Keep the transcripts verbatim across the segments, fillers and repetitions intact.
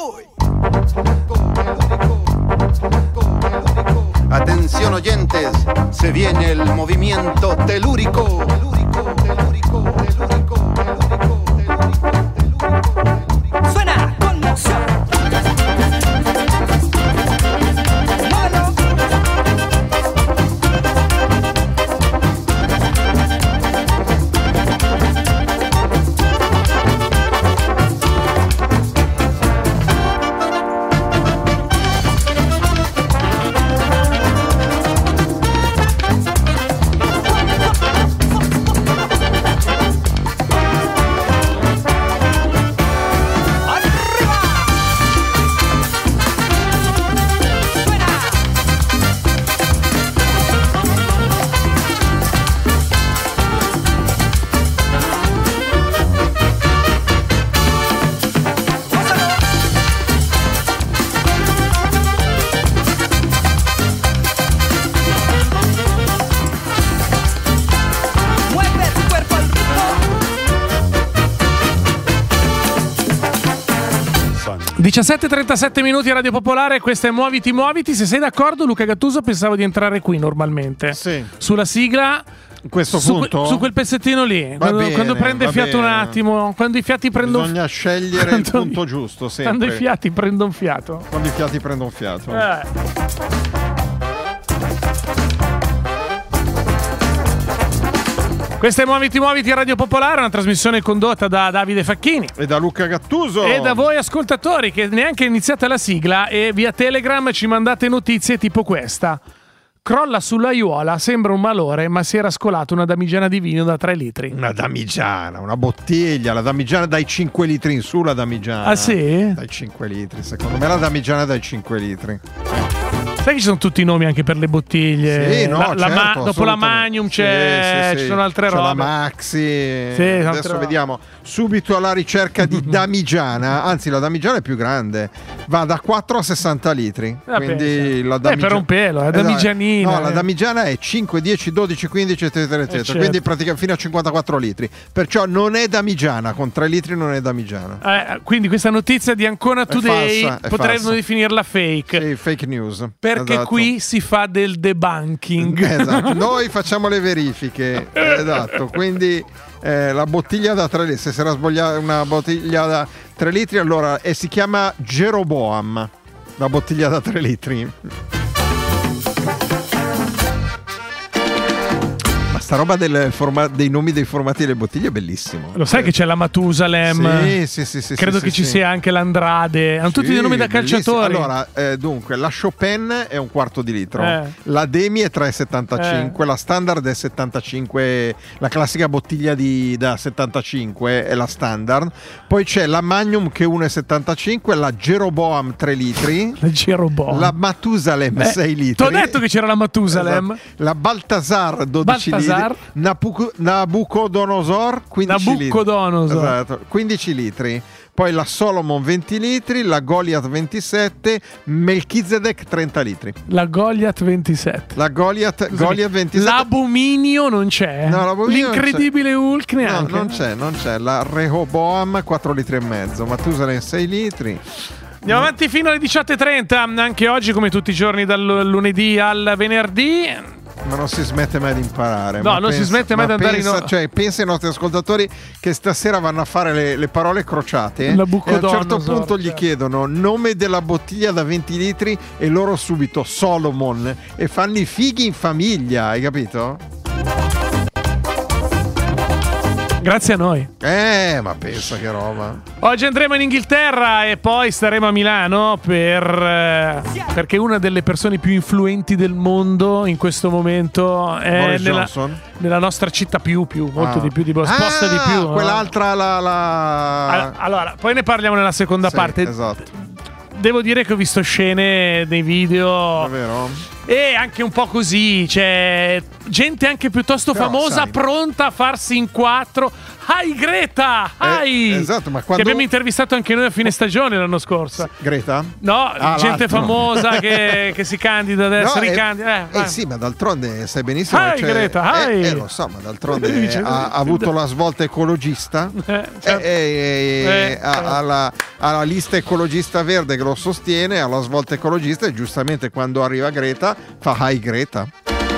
Atención oyentes, se viene el movimiento telúrico. Telúrico, telúrico, telúrico, telúrico, telúrico, telúrico. Suena conmoción. diciassette e trentasette minuti a Radio Popolare, questa è Muoviti Muoviti. Se sei d'accordo, Luca Gattuso, pensavo di entrare qui normalmente. Sì. Sulla sigla. Questo su, punto? Su quel pezzettino lì. Va Quando, bene, quando prende va fiato bene. un attimo. Quando i fiati prendono. Bisogna scegliere quando, il punto giusto sempre. Quando i fiati prendono fiato. Quando i fiati prendono fiato. Eh. Questa è Muoviti Muoviti a Radio Popolare, una trasmissione condotta da Davide Facchini e da Luca Gattuso e da voi ascoltatori, che neanche è iniziata la sigla e via Telegram ci mandate notizie tipo questa. Crolla sull'aiuola, sembra un malore, ma si era scolato una damigiana di vino da tre litri. Una damigiana, una bottiglia, la damigiana dai cinque litri in su, la damigiana. Ah sì? Dai cinque litri, secondo me la damigiana dai cinque litri. Sai che ci sono tutti i nomi anche per le bottiglie? Sì, no, la, la certo, ma- dopo la Magnum c'è, sì, sì, sì. ci sono altre c'è robe. la Maxi. Sì, Adesso altre vediamo. Subito alla ricerca di damigiana. Anzi, la damigiana è più grande. Va da quattro a sessanta litri. Ah, quindi pensa. la damigiana. Eh, per un pelo, la damigianina. No, la eh. damigiana è cinque, dieci, dodici, quindici, eccetera, eccetera. Eh, certo. Quindi praticamente fino a cinquantaquattro litri. Perciò non è damigiana. Con tre litri non è damigiana. Eh, quindi questa notizia di Ancona Today falsa, è potremmo falsa. definirla fake. Sì, fake news. Perché Esatto. qui si fa del debunking. Esatto, noi facciamo le verifiche. Esatto, quindi eh, la bottiglia da tre litri, se si era sbagliata una bottiglia da tre litri, allora e si chiama Jeroboam, la bottiglia da tre litri. Sta roba del forma- dei nomi dei formati delle bottiglie è bellissimo. Lo sai che c'è la Matusalem? Sì, sì, sì, sì. Credo sì, che sì, ci sì. sia anche l'Andrade. Hanno tutti Sì, dei nomi da bellissimo. calciatori. Allora, eh, dunque, la Chopin è un quarto di litro, Eh. la Demi è tre virgola settantacinque, Eh. la Standard è settantacinque, la classica bottiglia di, da settantacinque è la Standard, poi c'è la Magnum che è uno virgola settantacinque, la Jeroboam tre litri, La Jeroboam. la Matusalem Eh, sei litri. T'ho detto che c'era la Matusalem. Esatto. La Baltasar dodici Baltasar. litri, Napu- Nabucodonosor quindici Nabucodonosor. litri. Esatto, quindici litri. Poi la Solomon venti litri, la Goliath ventisette, Melchizedek trenta litri. La Goliath ventisette. La Goliath, Scusami, Goliath ventisette. L'abominio non c'è. No, l'abominio non L'incredibile Hulk No, neanche. non c'è, non c'è. La Rehoboam quattro litri e mezzo, Matusalem sei litri. Andiamo avanti fino alle diciotto e trenta, anche oggi come tutti i giorni dal lunedì al venerdì. Ma non si smette mai di imparare. No, ma non si pensa- smette mai ma di andare pensa, in o- Cioè, pensa ai nostri ascoltatori che stasera vanno a fare le, le parole crociate e a un Nabucodonosor, certo punto gli certo. chiedono nome della bottiglia da venti litri e loro subito Solomon e fanno i fighi in famiglia, hai capito? Grazie a noi. Eh, ma pensa che roba. Oggi andremo in Inghilterra e poi staremo a Milano per, eh, perché una delle persone più influenti del mondo in questo momento è Boris nella, Johnson? nella nostra città più, più molto Ah. di più, di sposta Ah, di più. no? quell'altra la, la... All- Allora, poi ne parliamo nella seconda Sì, parte. esatto. Devo dire che ho visto scene nei video Davvero? e anche un po' così, c'è gente anche piuttosto Però, famosa sai- pronta a farsi in quattro. Hi Greta! Hi! Eh, esatto, ma Che quando... abbiamo intervistato anche noi a fine stagione l'anno scorso. Greta? No, Ah, gente l'altro. famosa che, che si candida adesso, No, eh, ricandida. Eh, Eh vai. sì, ma d'altronde sai benissimo. Hi, Greta, hi. Eh, eh, lo so, ma d'altronde Dice- ha, ha avuto la svolta ecologista. Eh, certo. Eh, eh, Eh, ha- ha la- alla lista ecologista verde che lo sostiene, alla svolta ecologista, e giustamente quando arriva Greta fa hi Greta.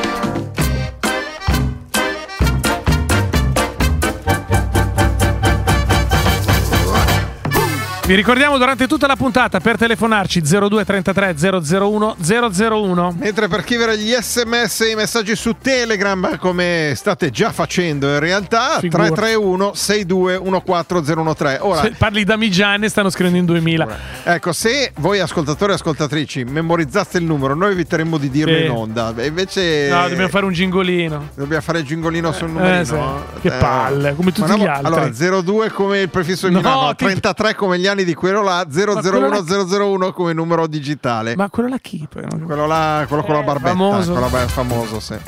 Vi ricordiamo durante tutta la puntata per telefonarci zero due trentatré zero zero uno zero zero uno. Mentre per scrivere gli sms e i messaggi su Telegram, come state già facendo in realtà, Figurati. tre tre uno sei due uno quattro zero uno tre. Ora, Se parli da Migiane, stanno scrivendo in duemila. ecco, se voi ascoltatori e ascoltatrici memorizzaste il numero, noi eviteremmo di dirlo Sì. in onda. E invece No, dobbiamo fare un gingolino. dobbiamo fare il gingolino sul numerino. Eh, sì. Che palle, come tutti Ma no, gli altri. Allora, zero due come il prefisso di No, Milano, ti- trentatré come gli anni di quello là, zero zero uno zero zero uno come numero digitale. Ma quello là chi? Poi non- Quello là, quello con la Eh, barbetta, famoso. quello là, famoso, sì.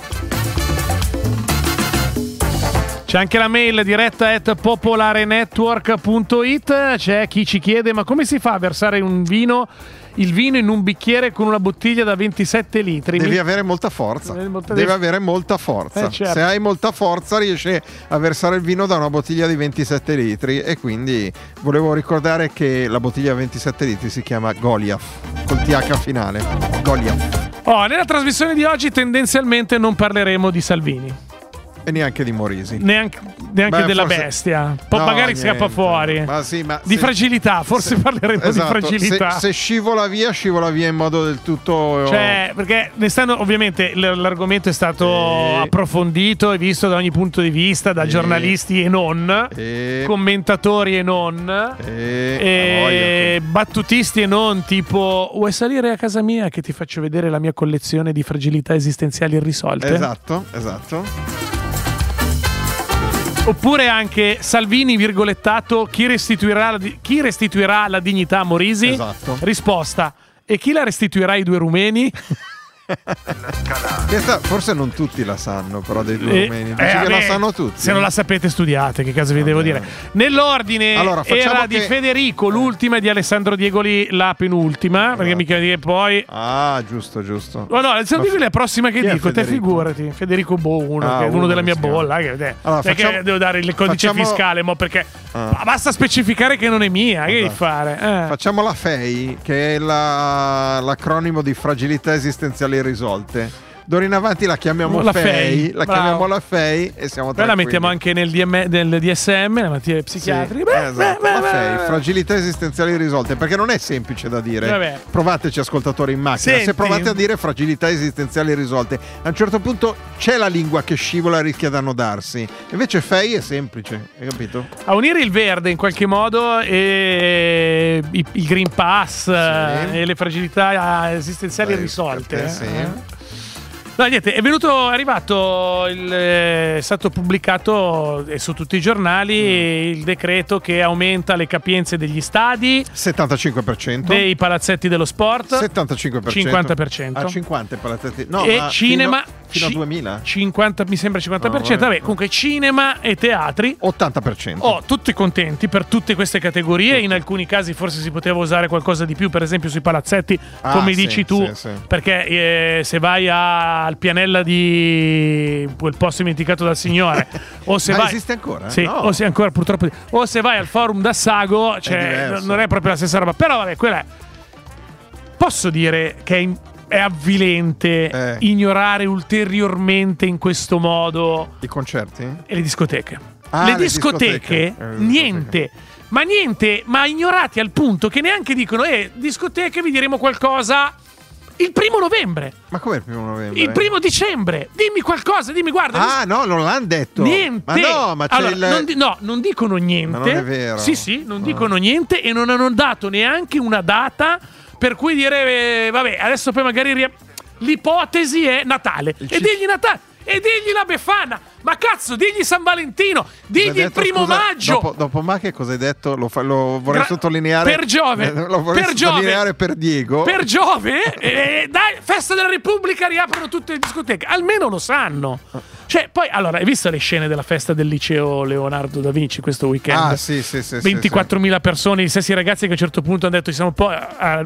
C'è anche la mail diretta at popolarenetwork punto it. C'è chi ci chiede: ma come si fa a versare un vino, il vino in un bicchiere con una bottiglia da ventisette litri? Devi Mi- avere molta forza. Devi molta- Devi avere molta forza. Eh, certo. Se hai molta forza riesci a versare il vino da una bottiglia di ventisette litri. E quindi volevo ricordare che la bottiglia ventisette litri si chiama Goliath, col T H finale. Goliath. Oh, nella trasmissione di oggi tendenzialmente non parleremo di Salvini, E neanche di Morisi. neanche, neanche Beh, della forse- bestia. Poi No, magari niente. scappa fuori. Ma sì, ma Di se- fragilità, forse se- parleremo esatto, di fragilità. Se, se scivola via, scivola via in modo del tutto. Cioè, perché ne stanno, ovviamente l- l'argomento è stato Sì. approfondito e visto da ogni punto di vista, da Sì. giornalisti e non, E... commentatori e non, e... e battutisti e non, tipo vuoi salire a casa mia che ti faccio vedere la mia collezione di fragilità esistenziali irrisolte? Esatto, esatto. Oppure anche Salvini virgolettato chi restituirà la, di- chi restituirà la dignità a Morisi? Esatto. Risposta: e chi la restituirà ai due rumeni? Questa forse non tutti la sanno, però dei due Eh, rumeni. eh, Dici che vabbè, la sanno tutti? Se non la sapete, studiate. Che caso vi devo Vabbè. dire? Nell'ordine Allora, facciamo era di che- Federico, l'ultima, e di Alessandro Diegoli, la penultima. Perché mica dire poi. Ah, giusto, giusto. Oh, no, Alessandro Ma- Diegoli è la prossima che Chi è dico. Te Federico? figurati. Federico Bo, uno, Ah, che è uno uno della che mia si chiama. bolla. Che, eh, Allora, perché facciamo- devo dare il codice facciamo- fiscale, mo perché Ah. basta specificare che non è mia. Che devi Esatto. fare? Eh. Facciamo la F E I, che è la- l'acronimo di fragilità esistenziali irrisolte. D'ora in avanti la chiamiamo La F E I, F E I, la bravo. chiamiamo la F E I e siamo Poi la tranquilli. mettiamo anche nel, D M, nel D S M, nelle malattie Sì, psichiatriche. Beh, esatto. beh, La beh, F E I, beh. fragilità esistenziali irrisolte, perché non è semplice da dire. Vabbè. Provateci, ascoltatori in macchina. Senti. Se provate a dire fragilità esistenziali irrisolte, a un certo punto c'è la lingua che scivola e rischia di annodarsi. Invece F E I è semplice, hai capito? A unire il verde in qualche modo e i- il Green Pass eh, e le fragilità esistenziali Dai, irrisolte. per te sì. eh. No, niente, è venuto, è arrivato, il, è stato pubblicato eh, su tutti i giornali Mm. il decreto che aumenta le capienze degli stadi, settantacinque per cento. dei palazzetti dello sport, settantacinque per cento. cinquanta per cento. A cinquanta palazzetti. No, e ma cinema fino, fino a ci- duemila. cinquanta, mi sembra cinquanta per cento. No, vabbè. Vabbè, comunque cinema e teatri. ottanta per cento. Oh, tutti contenti per tutte queste categorie. In alcuni casi forse si poteva usare qualcosa di più, per esempio sui palazzetti, Ah, come sì, dici tu, sì, sì. perché eh, se vai a- al Pianella di quel posto dimenticato dal signore, o se Ma vai esiste ancora? Sì, No. o se ancora purtroppo o se vai al forum da Sago, cioè, diverso. non è proprio la stessa roba. Però vabbè, quella è. Posso dire che è, in- è avvilente Eh. ignorare ulteriormente in questo modo I concerti? e le discoteche. Ah, le le discoteche, discoteche. Eh, le niente. Ma niente, ma ignorati al punto che neanche dicono, eh, discoteche vi diremo qualcosa il primo novembre, Ma com'è il primo novembre? il primo dicembre. Dimmi qualcosa, dimmi, guarda. Ah, no, non l'hanno detto. Niente. Ma no, ma c'è Allora, il... non di- no, non dicono niente. Ma non è vero. Sì, sì, non Ah. dicono niente e non hanno dato neanche una data per cui dire, eh, vabbè, adesso poi magari ria- l'ipotesi è Natale. Il E ci- digli Natale. E digli la Befana. Ma cazzo, digli San Valentino. Cosa Digli hai il detto? primo Scusa, maggio. Dopo, dopo ma che cosa hai detto? Lo, fa- lo vorrei Gra- sottolineare. per Giove, Eh, Lo vorrei per sottolineare Giove. per Diego. Per Giove, eh, dai, festa della Repubblica, riaprono tutte le discoteche. Almeno lo sanno. Cioè, poi, allora, hai visto le scene della festa del liceo Leonardo da Vinci questo weekend? Ah, sì, sì, sì. sì, ventiquattromila persone, i stessi ragazzi che a un certo punto hanno detto ci siamo un po' eh,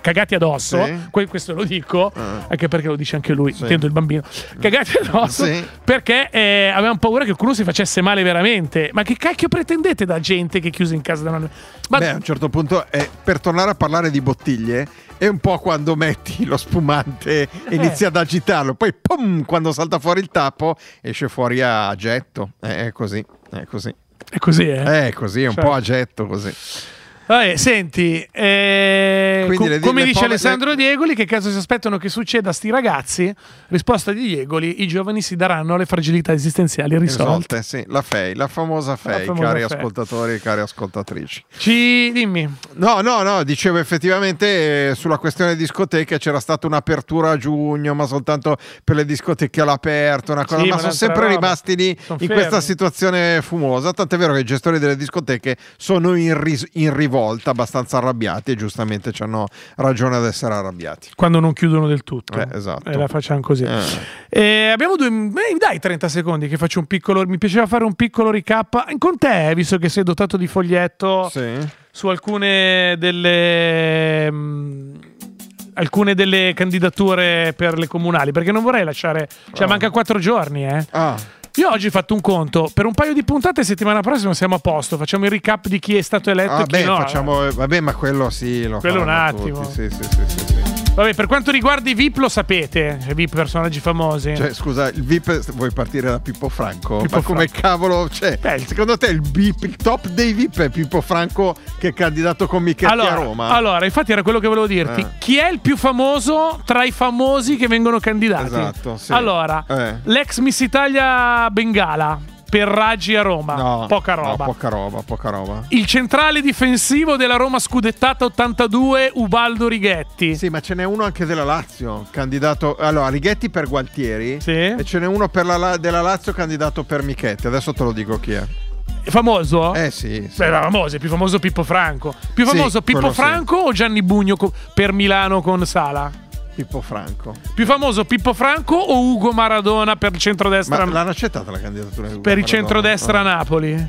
cagati addosso, Sì. que- questo lo dico, Ah. anche perché lo dice anche lui, Sì. intendo il bambino, cagati addosso Sì. perché eh, avevano paura che qualcuno si facesse male veramente. Ma che cacchio pretendete da gente che è chiusa in casa da una... Ma Beh, a un certo punto, eh, per tornare a parlare di bottiglie, è un po' quando metti lo spumante e inizi ad agitarlo, poi pum, quando salta fuori il tappo esce fuori a getto. Eh, È così, è così. è così, eh? È così, è un Cioè. po' a getto così. Vabbè, senti, eh, Quindi co- le- come le dice povere- Alessandro Diegoli, che caso si aspettano che succeda a sti ragazzi? Risposta di Diegoli: i giovani si daranno alle fragilità esistenziali risolte. Risolte, sì, la F E I, la famosa F E I, La famosa cari F E I. ascoltatori e cari ascoltatrici. Ci dimmi. No, no, no, dicevo effettivamente eh, sulla questione discoteche c'era stata un'apertura a giugno, ma soltanto per le discoteche all'aperto, una cosa, Sì, ma ma sono un'altra sempre roba. rimasti lì Sono in fermi. questa situazione fumosa, tant'è vero che i gestori delle discoteche sono in, ris- in rivolta, abbastanza arrabbiati e giustamente hanno ragione ad essere arrabbiati. Quando non chiudono del tutto, Eh, esatto. e la facciamo così. Eh. Eh, abbiamo due. Beh, dai, trenta secondi che faccio un piccolo. Mi piaceva fare un piccolo recap con te, visto che sei dotato di foglietto Sì. su alcune delle. mh, alcune delle candidature per le comunali, perché non vorrei lasciare. Cioè, Oh. manca quattro giorni, eh. Ah, Io oggi ho fatto un conto. Per un paio di puntate, settimana prossima siamo a posto. Facciamo il recap di chi è stato eletto ah e chi beh, no. facciamo, vabbè, ma quello sì, lo Quello un faranno attimo. tutti. Sì, sì, sì, sì, sì. Vabbè, per quanto riguarda i V I P, lo sapete. I V I P, personaggi famosi. Cioè, scusa, il V I P, vuoi partire da Pippo Franco? Pippo ma come Franco. cavolo, cioè, Beh, secondo te il, V I P, il top dei V I P è Pippo Franco che è candidato con Michetti allora, a Roma? allora, infatti era quello che volevo dirti. Eh. Chi è il più famoso tra i famosi che vengono candidati? Esatto, sì. Allora, Eh. l'ex Miss Italia Bengala per Raggi a Roma. No, Poca no, roba. poca roba, poca roba. Il centrale difensivo della Roma scudettata ottantadue, Ubaldo Righetti. Sì, ma ce n'è uno anche della Lazio, candidato... Allora, Righetti per Gualtieri Sì. e ce n'è uno per la, La- della Lazio candidato per Michetti. Adesso te lo dico chi è. È famoso? Eh sì, sì. Beh, famoso, è più famoso Pippo Franco. Più Sì, famoso Pippo quello sì. Franco o Gianni Bugno co- per Milano con Sala? Pippo Franco. Più famoso Pippo Franco o Ugo Maradona per il centrodestra? Ma l'hanno accettata la candidatura di Ugo per il Maradona? centrodestra a No. Napoli?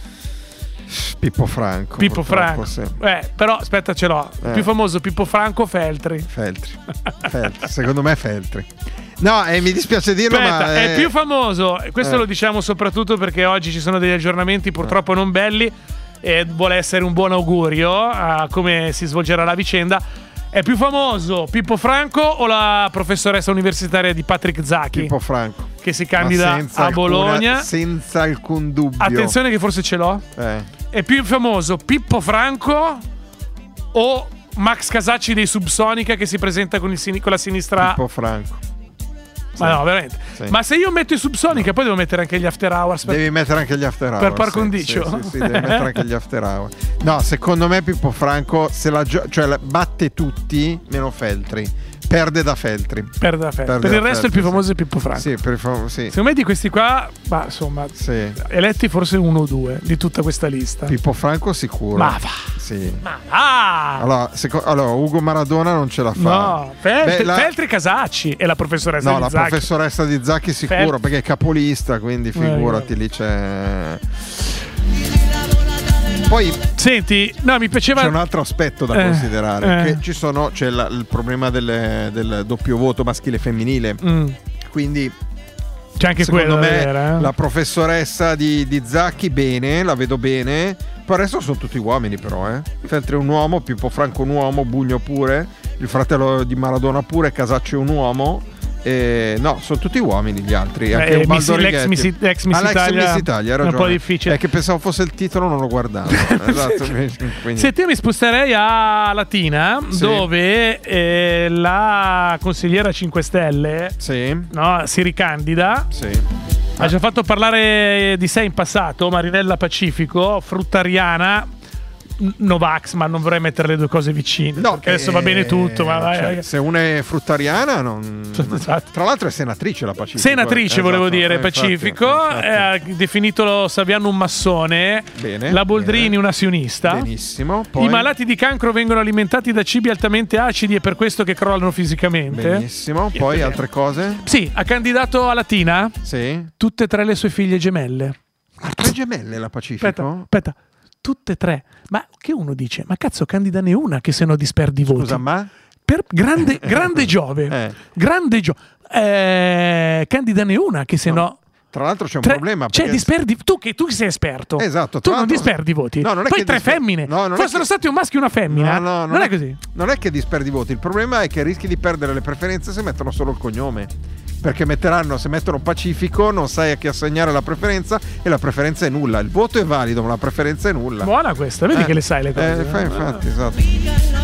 Pippo Franco. Pippo purtroppo, Franco. sì. Eh, però aspetta, ce l'ho. Eh. Più famoso Pippo Franco o Feltri? Feltri. Feltri. Secondo me Feltri. No, eh, mi dispiace dirlo, Aspetta, ma... è eh, più famoso. e Questo eh. lo diciamo soprattutto perché oggi ci sono degli aggiornamenti purtroppo non belli e vuole essere un buon augurio a come si svolgerà la vicenda. È più famoso Pippo Franco o la professoressa universitaria di Patrick Zacchi Pippo Franco. che si Ma candida senza a alcuna- Bologna? senza alcun dubbio. Attenzione che forse ce l'ho. Eh. È più famoso Pippo Franco o Max Casacci dei Subsonica che si presenta con, il sin- con la sinistra? Pippo Franco. Ma no, veramente. Sì. Ma se io metto i Subsonica, poi devo mettere anche gli after hours. Per... Devi mettere anche gli after hour. Per par sì, condicio. Sì, sì, sì, devi mettere anche gli after hour. No, secondo me Pippo Franco se la gio- cioè la- batte tutti meno Feltri. Perde da Feltri. Per, da fe- Perde per il da resto il Feltri, più sì. famoso è Pippo Franco. Sì, per il fam- sì. Secondo me di questi qua, ma insomma, Sì. eletti forse uno o due di tutta questa lista. Pippo Franco sicuro. Ma va. Sì. Ma va! Allora, seco- allora, Ugo Maradona non ce la fa. No, Feltri, Beh, la- Feltri Casacci e la professoressa No, di la Zacchi. professoressa di Zacchi sicuro, Feltri. perché è capolista, quindi figurati, Eh, lì c'è... Poi Senti, no, mi piaceva. c'è un altro aspetto da Eh, considerare, eh. che ci sono, c'è la- il problema delle- del doppio voto maschile e femminile, Mm, quindi c'è anche secondo quello da me vedere, eh. la professoressa di, di Zacchi bene, la vedo bene, poi il resto sono tutti uomini però, eh. Feltri è un uomo, Pippo Franco un uomo, Bugno pure, il fratello di Maradona pure, Casacci è un uomo. Eh, no, sono tutti uomini gli altri. Anche Eh, Ubaldo Miss- l'ex Righetti. Miss- l'ex Miss Ah, l'ex Italia Miss Italia, hai è un po' ragione. difficile. È che pensavo fosse il titolo, non lo guardavo. Esatto. quindi- Senti, io mi sposterei a Latina, Sì. dove eh, la consigliera cinque Stelle Sì, no, si ricandida. sì. Ha già fatto parlare di sé in passato, Marinella Pacifico, fruttariana, n- Novax, ma non vorrei mettere le due cose vicine. No, perché adesso va bene tutto, ma vai, cioè, vai. se una è fruttariana, non... Esatto. Tra l'altro è senatrice la Pacifico. Senatrice, eh. volevo Esatto, dire, eh, infatti, Pacifico, infatti. eh, ha definito lo Saviano un massone, Bene, la Boldrini bene. una sionista. Benissimo. Poi... I malati di cancro vengono alimentati da cibi altamente acidi e per questo che crollano fisicamente. Benissimo. Poi altre cose? Sì, ha candidato a Latina Sì. tutte e tre le sue figlie gemelle. Ha tre gemelle la Pacifico? Aspetta, aspetta, tutte e tre. Ma che uno dice? Ma cazzo, candidane una che se no disperdi voti. Scusa, ma... per grande, grande Giove, Eh. grande Giove, eh, candidane una che se no... No. Tra l'altro c'è un Tre- problema. Cioè, perché- disperdi tu che tu che sei esperto. Esatto, Tu tra non l'altro- disperdi voti. No, non è Poi che tre disper- femmine. no, non è Fossero che- stati un maschio e una femmina. No, no, non, è è- così. Non è che disperdi voti, il problema è che rischi di perdere le preferenze se mettono solo il cognome. Perché metteranno, se mettono Pacifico, non sai a chi assegnare la preferenza e la preferenza è nulla. Il voto è valido, ma la preferenza è nulla. Buona questa, vedi Eh, che le sai le cose. Eh, fa- infatti, esatto.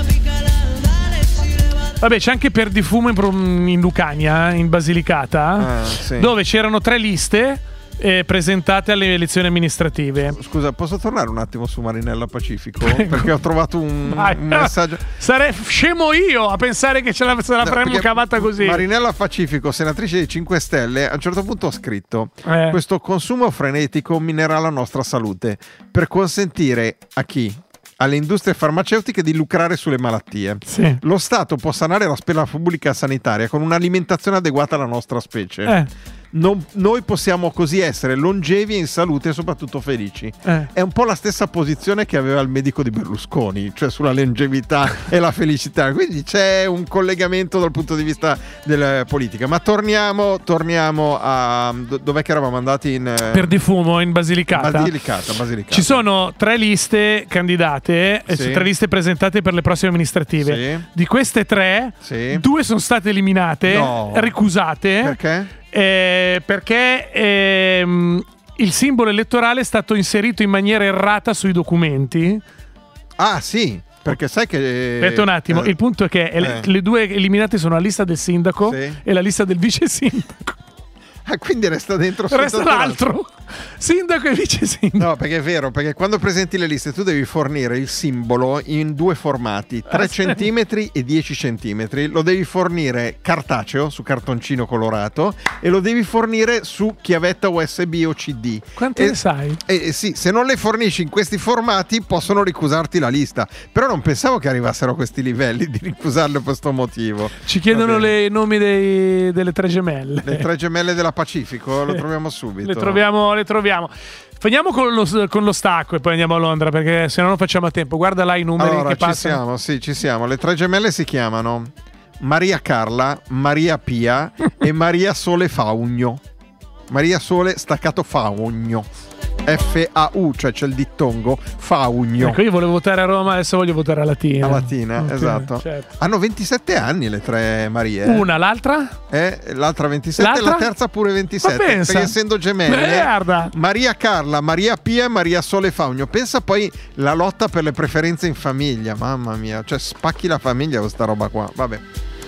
Vabbè, c'è anche Perdifumo in, Pro- in Lucania, in Basilicata, Ah, sì. dove c'erano tre liste eh, presentate alle elezioni amministrative. Scusa, posso tornare un attimo su Marinella Pacifico? Perché ho trovato un, Vai. un messaggio. Sarei scemo io a pensare che ce la, se la No, avremmo perché cavata così. Marinella Pacifico, senatrice dei cinque Stelle, a un certo punto ha scritto: Eh. questo consumo frenetico minerà la nostra salute per consentire a chi? Alle industrie farmaceutiche di lucrare sulle malattie. Sì. Lo Stato può sanare la spesa pubblica sanitaria con un'alimentazione adeguata alla nostra specie. Eh. Non- noi possiamo così essere longevi e in salute e soprattutto felici. Eh. È un po' la stessa posizione che aveva il medico di Berlusconi, cioè sulla longevità e la felicità. Quindi c'è un collegamento dal punto di vista della politica. Ma torniamo, torniamo a do- dov'è che eravamo andati in eh, Perdifumo in Basilicata. Basilicata, Basilicata. Ci sono tre liste candidate, e Sì. tre liste presentate per le prossime amministrative. Sì. Di queste tre, Sì. due sono state eliminate, No. ricusate. Perché? Eh, perché ehm, il simbolo elettorale è stato inserito in maniera errata sui documenti. Ah, sì, perché sai che Aspetta un attimo, eh, il punto è che le- eh. le due eliminate sono la lista del sindaco Sì. e la lista del vice sindaco. ah, quindi resta dentro Resta soltanto l'altro, sindaco e vice sindaco. No, perché è vero, perché quando presenti le liste tu devi fornire il simbolo in due formati, tre Ah, sì. centimetri e dieci centimetri. Lo devi fornire cartaceo su cartoncino colorato e lo devi fornire su chiavetta U S B o C D. Quante E- ne sai? E sì, se non le fornisci in questi formati possono ricusarti la lista. Però non pensavo che arrivassero a questi livelli di ricusarle per questo motivo. Ci chiedono Va bene. le- i nomi dei- delle tre gemelle. Le tre gemelle della Pacifico, lo troviamo subito. Le troviamo, le troviamo. Finiamo con lo, con lo stacco e poi andiamo a Londra, perché se no non facciamo a tempo. Guarda là i numeri Allora, che ci passano. siamo, sì, ci siamo. Le tre gemelle si chiamano Maria Carla, Maria Pia e Maria Sole Faugno. Maria Sole staccato Faugno. F A U, cioè c'è il dittongo Faugno. Ecco, io volevo votare a Roma, adesso voglio votare a Latina. A Latina, Ok, esatto. certo. Hanno ventisette anni le tre Marie. eh. Una, l'altra? Eh, l'altra ventisette L'altra? e la terza pure ventisette. Ma pensa. Perché essendo gemelle, Beh, guarda. Maria Carla, Maria Pia e Maria Sole Faugno. Pensa poi la lotta per le preferenze in famiglia. Mamma mia, cioè spacchi la famiglia con sta roba qua. Vabbè.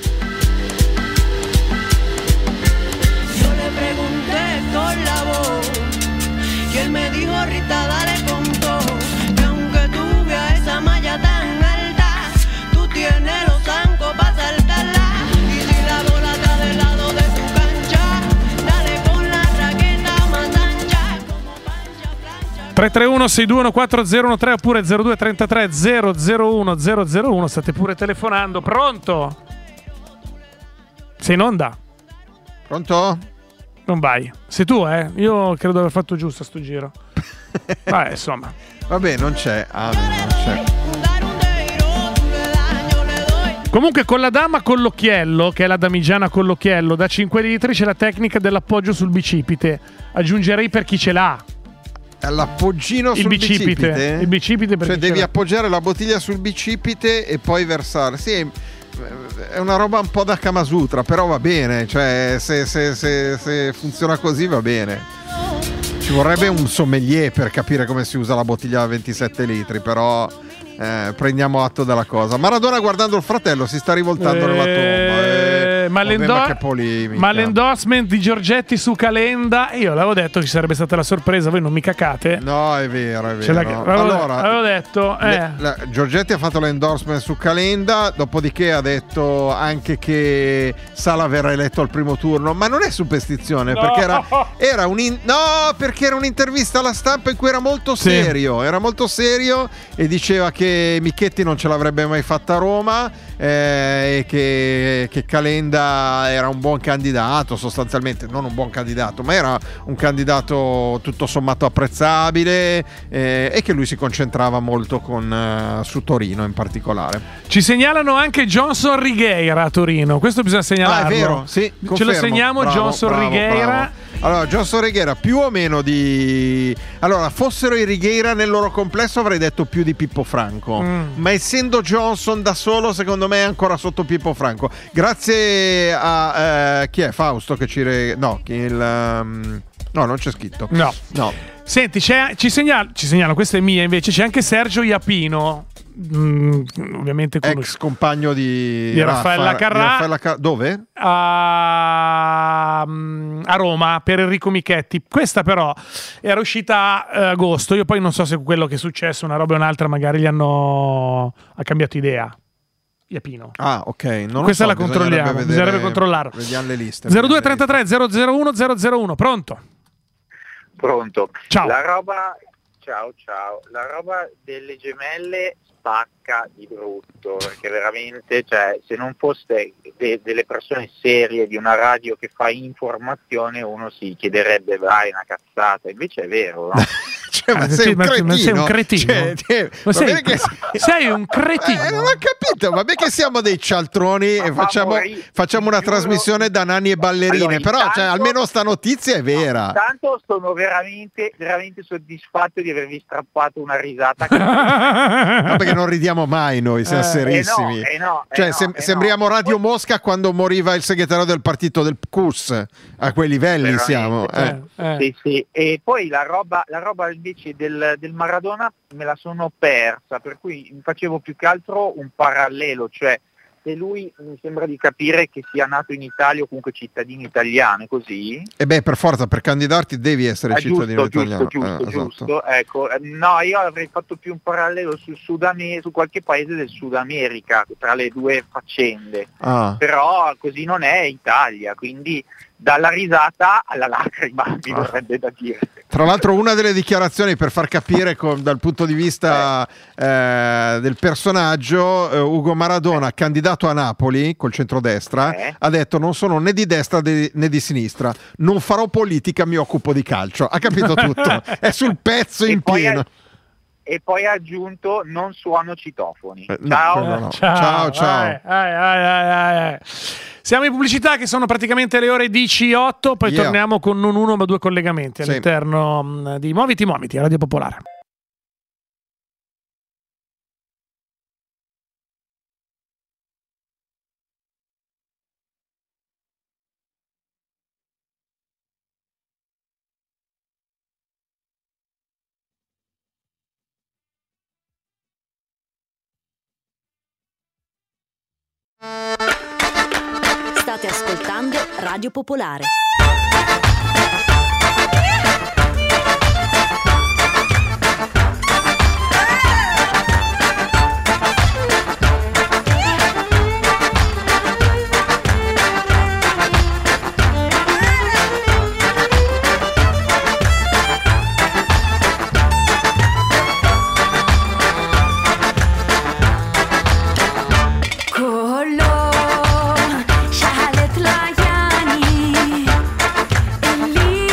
Yo le pregunté con la voz y él me dijo, Rita, dale con todo, que aunque tú veas esa malla tan alta, tú tienes los zancos para saltarla. Y si la bola está del lado de tu cancha, dale con la raqueta más ancha, como pancha, plancha. tre tre uno sei due uno quattro zero uno tre oppure zero due trentatré zero zero uno zero zero uno. State pure telefonando. Pronto? Sei in onda? Pronto? Non vai. Sei tu, eh? Io credo di aver fatto giusto a sto giro. Vabbè, insomma. Vabbè, non c'è. Ah, non c'è. Dar un deiro, tú le das, yo le doy. Comunque con la dama con l'occhiello, che è la damigiana con l'occhiello, da cinque litri c'è la tecnica dell'appoggio sul bicipite. Aggiungerei per chi ce l'ha. L'appoggino Il sul bicipite. bicipite. Il bicipite per Cioè chi ce devi l'ha. appoggiare la bottiglia sul bicipite e poi versare. Sì, è una roba un po' da Kama Sutra, però va bene. Cioè, se, se- se- se funziona così va bene. Ci vorrebbe un sommelier per capire come si usa la bottiglia da ventisette litri, però eh, prendiamo atto della cosa. Maradona, guardando il fratello, si sta rivoltando nella tomba. Eh, ma, vabbè, l'endo- ma che polemica. ma l'endorsement di Giorgetti su Calenda, io l'avevo detto che ci sarebbe stata la sorpresa, voi non mi cacate. No, è vero, è Ce l'ha- vero. avevo, Allora, avevo detto, eh. Le- la- Giorgetti ha fatto l'endorsement su Calenda, dopodiché ha detto anche che Sala verrà eletto al primo turno, ma non è superstizione, No! perché era, era un in- no, perché era un'intervista alla stampa in cui era molto Sì. serio, era molto serio e diceva che Michetti non ce l'avrebbe mai fatta a Roma eh, e che, che Calenda Calenda era un buon candidato, sostanzialmente non un buon candidato, ma era un candidato tutto sommato apprezzabile, eh, e che lui si concentrava molto con, uh, su Torino in particolare. Ci segnalano anche Johnson Righeira a Torino, questo bisogna segnalarlo. Ah, è vero, sì, ce confermo. lo segniamo. Bravo, Johnson bravo, Righeira. bravo. Allora, Johnson Righeira più o meno di... Allora, fossero i Righeira nel loro complesso avrei detto più di Pippo Franco, mm. ma essendo Johnson da solo secondo me è ancora sotto Pippo Franco. Grazie a... Eh, chi è? Fausto che ci... Re... No, il... Um... No, non c'è scritto. No. No. Senti, c'è, ci segnalo, ci segnalo, questa è mia invece, c'è anche Sergio Iapino. Mm, ovviamente ex compagno di, di Raffaella Carrà, di Raffaella Carrà. Dove? A, a Roma per Enrico Michetti. Questa però era uscita a agosto. Io poi non so se quello che è successo una roba o un'altra, magari gli hanno ha cambiato idea. Iapino. Ah, ok. Non Questa lo so, la controlliamo, vedere, bisognerebbe controllarlo. Vediamo le liste. zero due trentatré zero zero uno zero zero uno. Pronto? Pronto. Ciao. La roba ciao ciao. La roba delle gemelle spacca di brutto, perché veramente, cioè, se non foste de- delle persone serie di una radio che fa informazione, uno si chiederebbe vai una cazzata, invece è vero, no? Cioè, ma, Ah, sei sì, un ma- cretino. ma sei un cretino. Cioè, te- Ma va sei, bene che- sei un cretino. Eh, non ho capito, vabbè che siamo dei cialtroni Ma e facciamo, morì, facciamo una giuro. trasmissione da nani e ballerine, Allora, però intanto- cioè, almeno sta notizia è vera. Intanto sono veramente, veramente soddisfatto di avervi strappato una risata. No, perché non ridiamo mai noi, siamo Eh, serissimi. eh no, eh no, eh cioè, no, sem- eh sembriamo no. Radio Mosca quando moriva il segretario del partito del P U S. A quei livelli Veramente, siamo. cioè, eh. Eh. Sì, sì. E poi la roba, la roba invece del, del Maradona me la sono persa, per cui facevo più che altro un parallelo, cioè se lui mi sembra di capire che sia nato in Italia o comunque cittadino italiano, è così? E beh, per forza, per candidarti devi essere Eh, cittadino giusto, italiano. giusto, giusto, Eh, esatto. giusto. Ecco, eh, no, io avrei fatto più un parallelo sul Sud America, su qualche paese del Sud America, tra le due faccende. Ah. Però così non è Italia, quindi dalla risata alla lacrima mi Ah. vorrebbe da dire. Tra l'altro una delle dichiarazioni per far capire con- dal punto di vista eh, del personaggio, eh, Ugo Maradona, candidato a Napoli col centrodestra, Eh. ha detto non sono né di destra de- né di sinistra, non farò politica, mi occupo di calcio. Ha capito tutto, è sul pezzo E in poi pieno. ha- E poi ha aggiunto non suono citofoni. Eh, no, Ciao. no, no. Ciao, ciao. Vai, vai, vai, vai, vai. Siamo in pubblicità che sono praticamente le ore diciotto, poi Yeah. torniamo con non uno ma due collegamenti Sì. all'interno mh, di Muoviti Muoviti, Radio Popolare. State ascoltando Radio Popolare. كله شعلت العياني اللي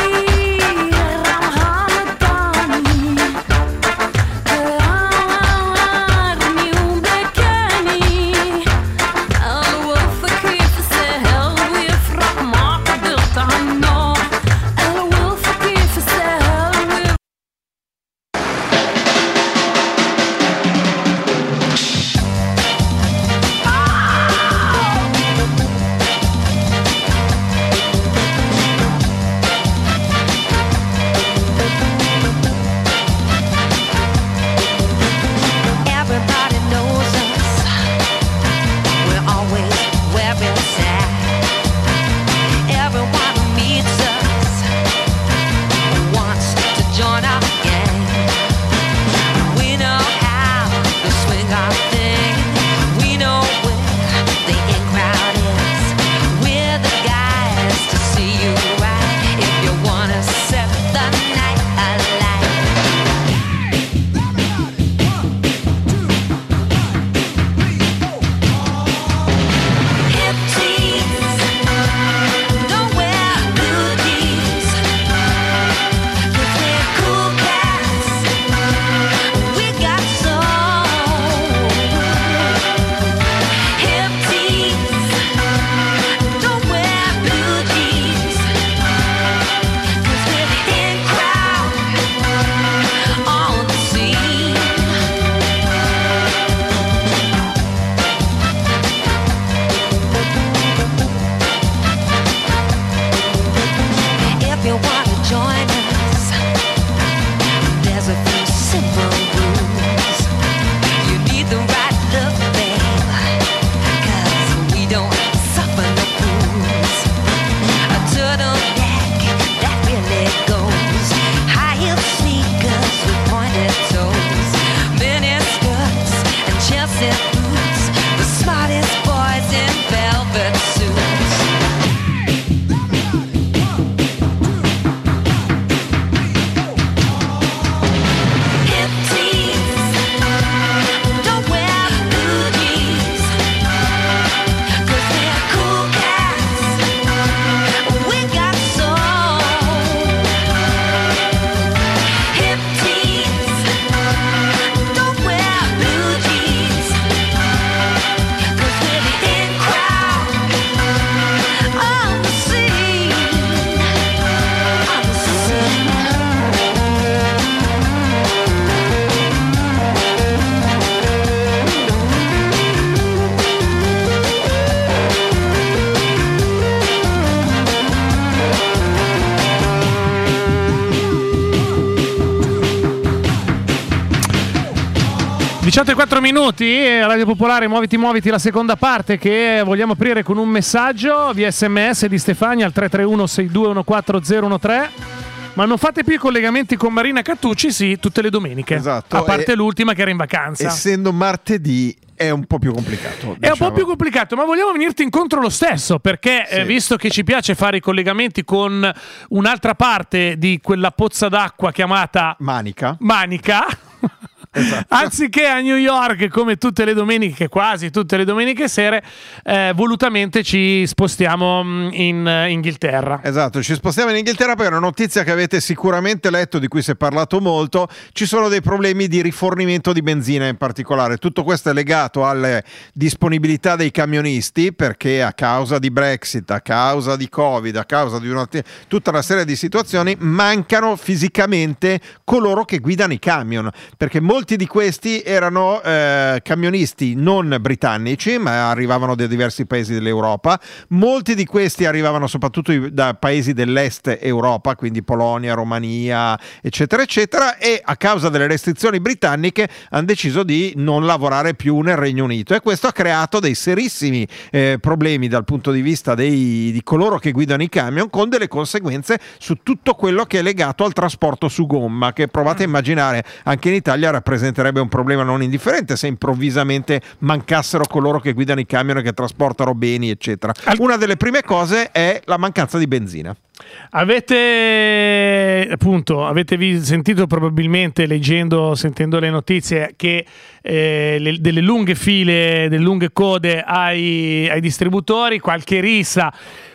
diciotto e quattro minuti, Radio Popolare, muoviti muoviti, la seconda parte che vogliamo aprire con un messaggio via sms di Stefania al tre tre uno sei due uno quattro zero uno tre. Ma non fate più i collegamenti con Marina Cattucci? Sì, tutte le domeniche. Esatto. A parte e, l'ultima che era in vacanza. Essendo martedì è un po' più complicato. È diciamo. un po' più complicato, ma vogliamo venirti incontro lo stesso, perché sì. eh, visto che ci piace fare i collegamenti con un'altra parte di quella pozza d'acqua chiamata Manica. Manica. Esatto. Anziché a New York come tutte le domeniche, quasi tutte le domeniche sere, eh, volutamente ci spostiamo in uh, Inghilterra. Esatto, ci spostiamo in Inghilterra per una notizia che avete sicuramente letto, di cui si è parlato molto. Ci sono dei problemi di rifornimento di benzina in particolare. Tutto questo è legato alle disponibilità dei camionisti, perché a causa di Brexit, a causa di Covid, a causa di una, tutta una serie di situazioni, mancano fisicamente coloro che guidano i camion, perché molti di questi erano eh, camionisti non britannici, ma arrivavano da diversi paesi dell'Europa. Molti di questi arrivavano soprattutto da paesi dell'est Europa, quindi Polonia, Romania, eccetera, eccetera, e a causa delle restrizioni britanniche hanno deciso di non lavorare più nel Regno Unito, e questo ha creato dei serissimi eh, problemi dal punto di vista dei, di coloro che guidano i camion, con delle conseguenze su tutto quello che è legato al trasporto su gomma, che provate a immaginare anche in Italia rappresenterebbe un problema non indifferente se improvvisamente mancassero coloro che guidano i camion e che trasportano beni, eccetera. Una delle prime cose è la mancanza di benzina. Avete appunto avete sentito probabilmente, leggendo, sentendo le notizie, che eh, le, delle lunghe file, delle lunghe code ai, ai distributori, qualche rissa.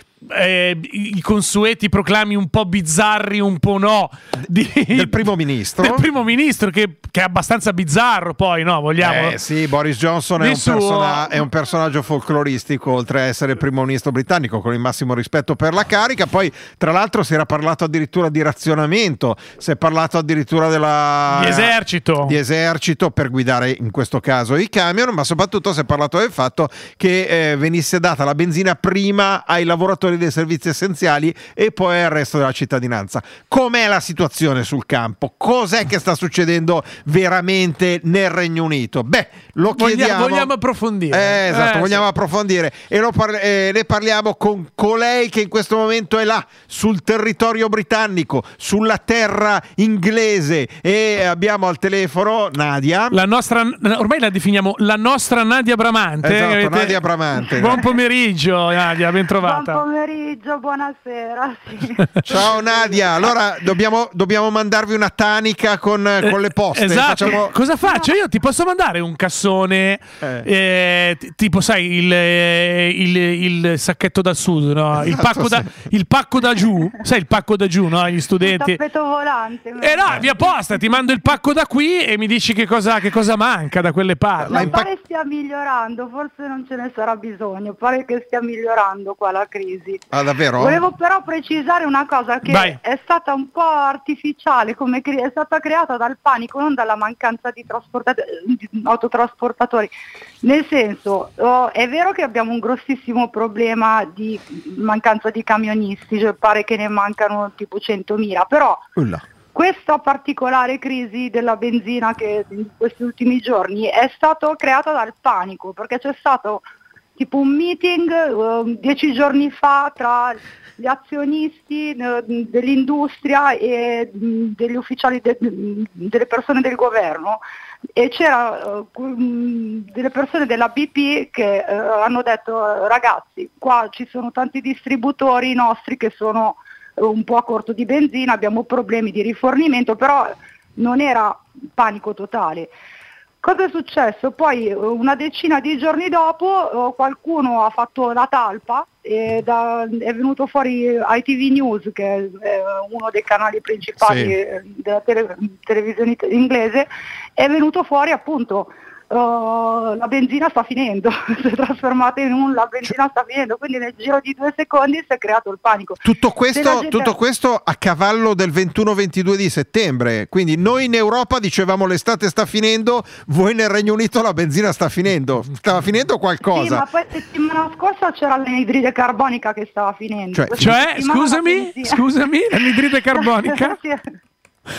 Eh, i consueti proclami un po' bizzarri, un po' no, di, del primo ministro del primo ministro che, che è abbastanza bizzarro, poi no, vogliamo eh sì, Boris Johnson è un, suo... persona, è un personaggio folcloristico, oltre a essere il primo ministro britannico, con il massimo rispetto per la carica. Poi tra l'altro si era parlato addirittura di razionamento, si è parlato addirittura della di esercito di esercito per guidare in questo caso i camion, ma soprattutto si è parlato del fatto che eh, venisse data la benzina prima ai lavoratori dei servizi essenziali e poi al resto della cittadinanza. Com'è la situazione sul campo? Cos'è che sta succedendo veramente nel Regno Unito? Beh, lo chiediamo. Vogliamo, vogliamo approfondire. Eh, esatto, eh, vogliamo sì. approfondire e lo par- eh, ne parliamo con colei che in questo momento è là, sul territorio britannico, sulla terra inglese, e abbiamo al telefono Nadia. La nostra, ormai la definiamo la nostra Nadia Bramante. Esatto, avete... Nadia Bramante. Buon pomeriggio Nadia, ben trovata. Buon pomeriggio, buonasera. Sì. Ciao Nadia, allora dobbiamo, dobbiamo mandarvi una tanica con, Eh, con le poste. Esatto. Facciamo... Cosa faccio? Io ti posso mandare un cassone, Eh. eh, t- tipo sai il, eh, il, il sacchetto da sud, no? Il pacco da, il pacco da giù, sai il pacco da giù, no? Gli studenti. Un tappeto volante. Eh no, via posta, ti mando il pacco da qui e mi dici che cosa, che cosa manca da quelle parti. Ma impac- pare stia migliorando, forse non ce ne sarà bisogno, pare che stia migliorando qua la crisi. Ah, davvero? Volevo però precisare una cosa, che Vai. è stata un po' artificiale, come cre- è stata creata dal panico, non dalla mancanza di, trasportat- di autotrasportatori. Nel senso, oh, è vero che abbiamo un grossissimo problema di mancanza di camionisti, cioè pare che ne mancano tipo centomila, però Ulla. questa particolare crisi della benzina che in questi ultimi giorni è stata creata dal panico, perché c'è stato tipo un meeting eh, dieci giorni fa tra gli azionisti eh, dell'industria e mh, degli ufficiali de- delle persone del governo, e c'era uh, mh, delle persone della B P che uh, hanno detto: ragazzi, qua ci sono tanti distributori nostri che sono un po' a corto di benzina, abbiamo problemi di rifornimento, però non era panico totale. Cosa è successo? Poi una decina di giorni dopo qualcuno ha fatto la talpa e da, è venuto fuori I T V News, che è uno dei canali principali Sì. della tele, televisione inglese, è venuto fuori appunto Uh, la benzina sta finendo, si è trasformata in un la benzina sta finendo, quindi nel giro di due secondi si è creato il panico. Tutto Se questo, la gente- tutto questo a cavallo del ventuno ventidue di settembre, quindi noi in Europa dicevamo l'estate sta finendo, voi nel Regno Unito la benzina sta finendo, stava finendo Sì, ma qualcosa. poi settimana scorsa c'era l'anidride carbonica che stava finendo. Cioè- Questa Cioè, settimana la scusami, benzina- scusami, l'anidride carbonica? Sì.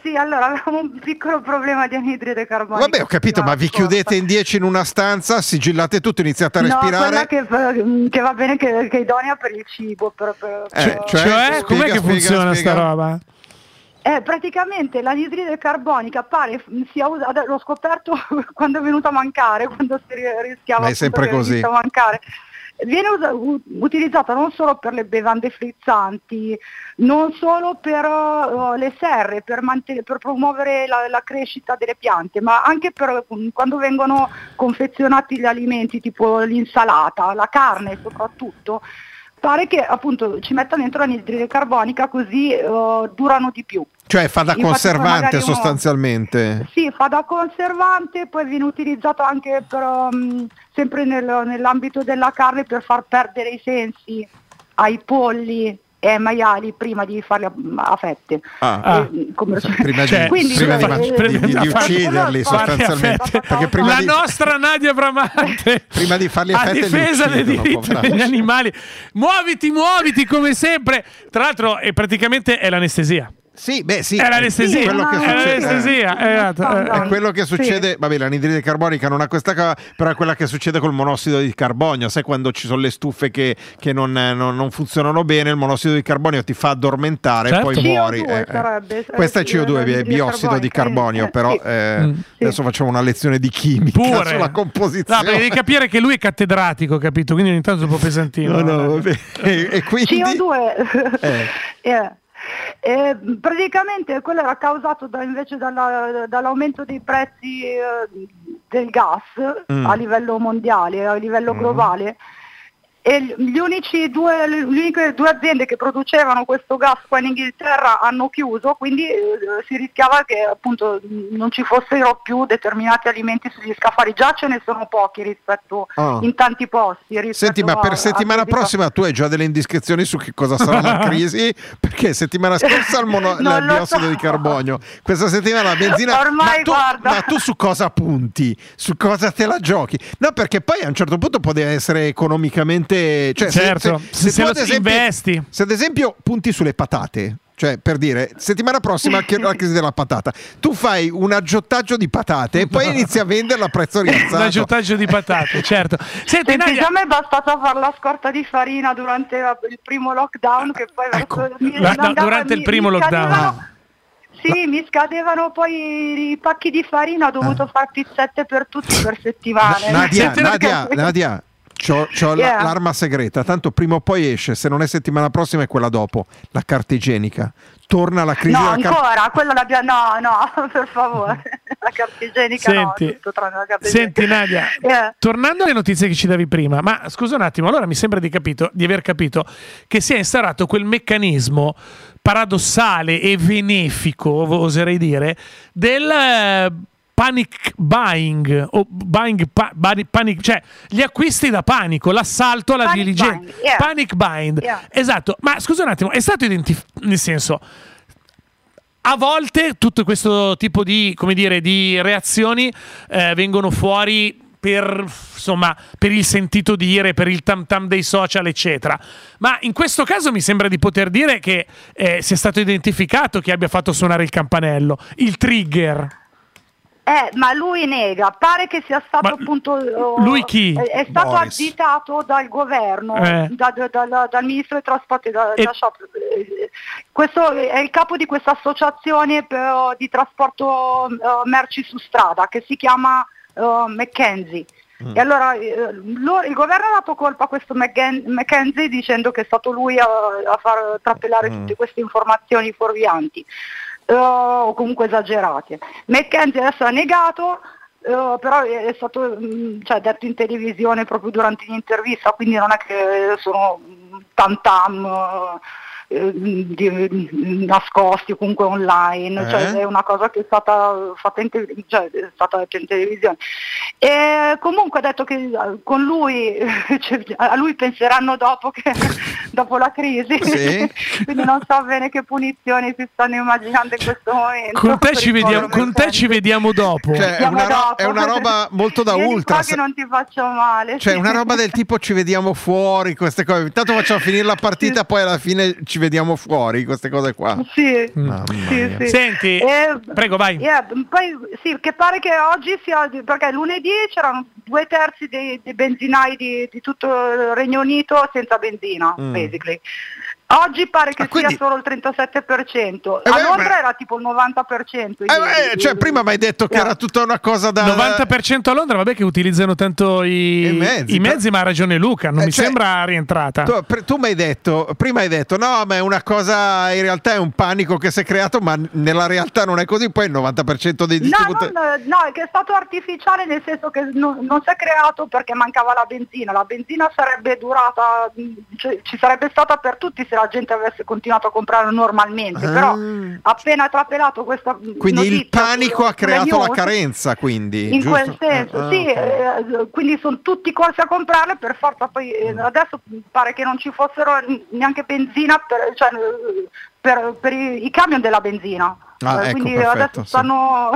sì, allora avevamo un piccolo problema di anidride carbonica. Vabbè, ho capito, ma vi chiudete in dieci in una stanza, sigillate tutto, iniziate a respirare. No, quella che, che va bene, che, che è idonea per il cibo. Per, per, Eh, per- cioè, Cioè, spiega, com'è che spiega, funziona spiega. sta roba? Eh, praticamente l'anidride carbonica pare sia usata, l'ho scoperto quando è venuta a mancare, quando si ri- rischiava Ma è appunto sempre che così. venisse a mancare. Viene usa- u- utilizzata non solo per le bevande frizzanti, non solo per uh, le serre, per, manten- per promuovere la, la crescita delle piante, ma anche per um, quando vengono confezionati gli alimenti, tipo l'insalata, la carne soprattutto. Pare che appunto ci mettano dentro l'anidride carbonica così uh, durano di più. Cioè fa da Infatti, conservante magari uno- sostanzialmente. Sì, fa da conservante, poi viene utilizzato anche per, um, sempre nel- nell'ambito della carne per far perdere i sensi ai polli e ai maiali prima di farli a, a fette. Ah. Ah. Eh, come- Prima di, Cioè, Quindi, prima di, eh, man- prima di- di- di farli- ucciderli farli a sostanzialmente. fette. Perché prima La di, nostra Nadia Bramante prima di farli a a fette li difesa dei uccidono, diritti poveracci. degli animali. Muoviti, muoviti come sempre. Tra l'altro è praticamente è l'anestesia. Sì, beh, sì. È l'anestesia. Quello che È È succede- l'anestesia. eh. esatto, eh. È quello che Sì. succede, vabbè, l'anidride carbonica non ha questa cosa, però è quella che succede col monossido di carbonio. Sai quando ci sono le stufe che, che non, non- non funzionano bene, il monossido di carbonio ti fa addormentare Certo. e poi C O due muori. eh, eh. sarebbe, eh, Questa è sì, C O due, è l'anidride biossido di carbonica, carbonio, eh, però sì. eh, Mm. adesso facciamo una lezione di chimica Pure. sulla No, composizione. perché devi capire che lui è cattedratico, capito? Quindi ogni tanto è un po' pesantino. No, no, vabbè. E, e quindi... C O due. Eh. Eh. Eh, praticamente quello era causato da- invece dalla- dall'aumento dei prezzi eh, del gas Mm. a livello mondiale, a livello Mm. globale. E gli unici due, le uniche due aziende che producevano questo gas qua in Inghilterra hanno chiuso, quindi eh, si rischiava che appunto non ci fossero più determinati alimenti sugli scaffali. Già ce ne sono pochi rispetto Ah. in tanti posti. rispetto Senti, ma a- per a settimana quelli- prossima tu hai già delle indiscrezioni su che cosa sarà la crisi? Perché settimana scorsa il, mono- Non il lo biossido so. di carbonio, questa settimana la benzina. Ormai, ma, tu, guarda. ma tu su cosa punti? Su cosa te la giochi? No, perché poi a un certo punto può essere economicamente. Cioè, se- Certo, se, se tu lo ad esempio- investi. Se ad esempio punti sulle patate. Cioè, per dire, settimana prossima che- la crisi della patata, tu fai un aggiottaggio di patate e poi inizi a venderla a prezzo Un rialzato. aggiottaggio di patate, certo. Senti, Senti, Nadia, già mi è bastato fare la scorta di farina durante la- il primo lockdown, che poi Ecco. verso- mi La- no, andava- durante il mi- primo mi lockdown. scadevano- Sì, mi scadevano poi i pacchi di farina, ho dovuto Ah. fare pizzette per tutti per settimane. Nadia, Senti, Nadia, Nadia, c'ho, c'ho la- Yeah. l'arma segreta, tanto prima o poi esce, se non è settimana prossima è quella dopo, la carta igienica. Torna la crisi No, della carta. ancora, quello l'abbiamo. No, no, per favore. La carta igienica Senti, no, tutto tranne la carta senti igienica. Nadia, Eh. tornando alle notizie che ci davi prima, ma scusa un attimo, allora mi sembra di, capito, di aver capito che si è instaurato quel meccanismo paradossale e benefico, oserei dire, del eh, panic buying o buying pa- bani- panic, cioè gli acquisti da panico, l'assalto alla Panic diligenza, buying, yeah. panic buying. Yeah. Esatto, ma scusa un attimo, è stato identificato, nel senso, a volte tutto questo tipo di, come dire, di reazioni eh, vengono fuori per, insomma, per il sentito dire, per il tam tam dei social, eccetera. Ma in questo caso mi sembra di poter dire che eh, sia stato identificato chi abbia fatto suonare il campanello, il trigger. Eh, ma lui nega, pare che sia stato Ma appunto oh, lui chi? È, è stato Boris. additato dal governo, Eh. da- da- dal, dal ministro dei trasporti, da, E- da Shop. Eh, Questo è il capo di questa associazione per- di trasporto eh, merci su strada che si chiama eh, McKenzie. E allora eh, lo- il governo ha dato colpa a questo McKen- McKenzie dicendo che è stato lui a, a far trappelare tutte queste informazioni fuorvianti. eh, o comunque esagerate. McKenzie adesso ha negato, eh, però è stato mh, cioè, detto in televisione proprio durante l'intervista, quindi non è che sono mh, tam tam eh, di- di- nascosti o comunque online, Eh? cioè, è una cosa che è stata fatta in, te- cioè, è stata detta in televisione. E comunque ha detto che eh, con lui, cioè, a lui penseranno dopo che dopo la crisi. Sì. Quindi non so bene che punizioni si stanno immaginando in questo momento. Con te, per ci il vediamo, povero con te ci vediamo dopo. Cioè, è Vediamo una, ro- dopo. è una roba molto da Vieni ultra. qua che non ti faccio male. Cioè, sì. una roba del tipo ci vediamo fuori, queste cose. Intanto facciamo finire la partita, Sì. poi alla fine ci vediamo fuori, queste cose qua. Sì, Mamma sì, mia. sì. Senti, Eh, prego, vai. yeah, poi sì, che pare che oggi sia, perché lunedì c'erano due terzi dei, dei benzinai di, di tutto il Regno Unito senza benzina, Mm. basically. Oggi pare che Ah, quindi- sia solo il trentasette per cento, Eh a beh, Londra beh. era tipo il novanta per cento. Eh, ieri. eh, cioè, prima mi hai detto che Yeah. era tutta una cosa da novanta per cento a Londra, vabbè che utilizzano tanto i, I mezzi, i mezzi, ma ha ragione Luca, non Eh, mi cioè, sembra rientrata. Tu, per- tu mi hai detto, prima hai detto no, ma è una cosa, in realtà è un panico che si è creato, ma nella realtà non è così. Poi il novanta per cento dei No, distributori. non- no, è che è stato artificiale nel senso che non, non si è creato perché mancava la benzina. La benzina sarebbe durata, cioè, ci sarebbe stata per tutti se la gente avesse continuato a comprare normalmente. Ah. Però appena trapelato questa Quindi il notizia panico sulle- ha creato sulle la news, carenza, quindi. in giusto? quel senso, Ah, sì, ok. eh, quindi sono tutti corsi a comprarle per forza, poi eh, adesso pare che non ci fossero neanche benzina per, cioè, eh, per, per i, i camion della benzina. Ah, Eh, ecco, quindi perfetto, adesso sì. stanno,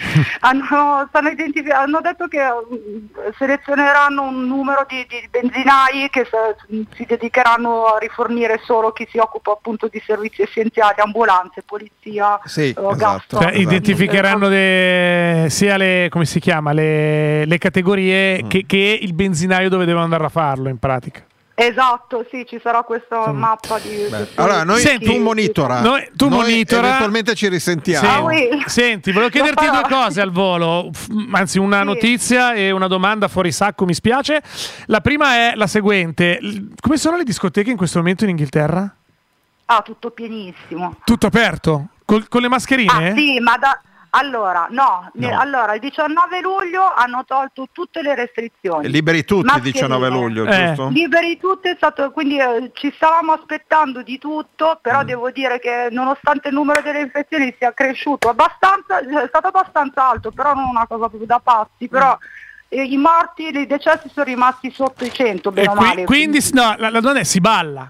hanno, stanno identifi- hanno detto che mm, selezioneranno un numero di, di benzinai che se- si dedicheranno a rifornire solo chi si occupa appunto di servizi essenziali, ambulanze, polizia, Sì, eh, esatto. gas. Cioè, esatto. identificheranno le- sia le, come si chiama, le, le categorie Mm. che, che il benzinaio dove devono andare a farlo in pratica. Esatto, sì, ci sarà questa mappa di... Beh, di- allora, noi Senti, tu monitora. noi- tu monitora- Eventualmente ci risentiamo. Ah, oui. Senti, volevo Lo chiederti farò. due cose al volo, F- anzi una Sì. notizia e una domanda fuori sacco, mi spiace. La prima è la seguente: L- come sono le discoteche in questo momento in Inghilterra? Ah, tutto pienissimo. Tutto aperto? Col- con le mascherine? Ah sì, ma da... Allora, no, ne- No. allora il diciannove luglio hanno tolto tutte le restrizioni. Liberi tutti il Mascherine. diciannove luglio, Eh. giusto? Liberi tutti, è stato, quindi eh, ci stavamo aspettando di tutto, però Mm. devo dire che nonostante il numero delle infezioni sia cresciuto abbastanza, è stato abbastanza alto, però non una cosa proprio da pazzi, però eh, i morti, i decessi sono rimasti sotto i cento, E bene o qui- male. quindi, no, la, la domanda è: si balla?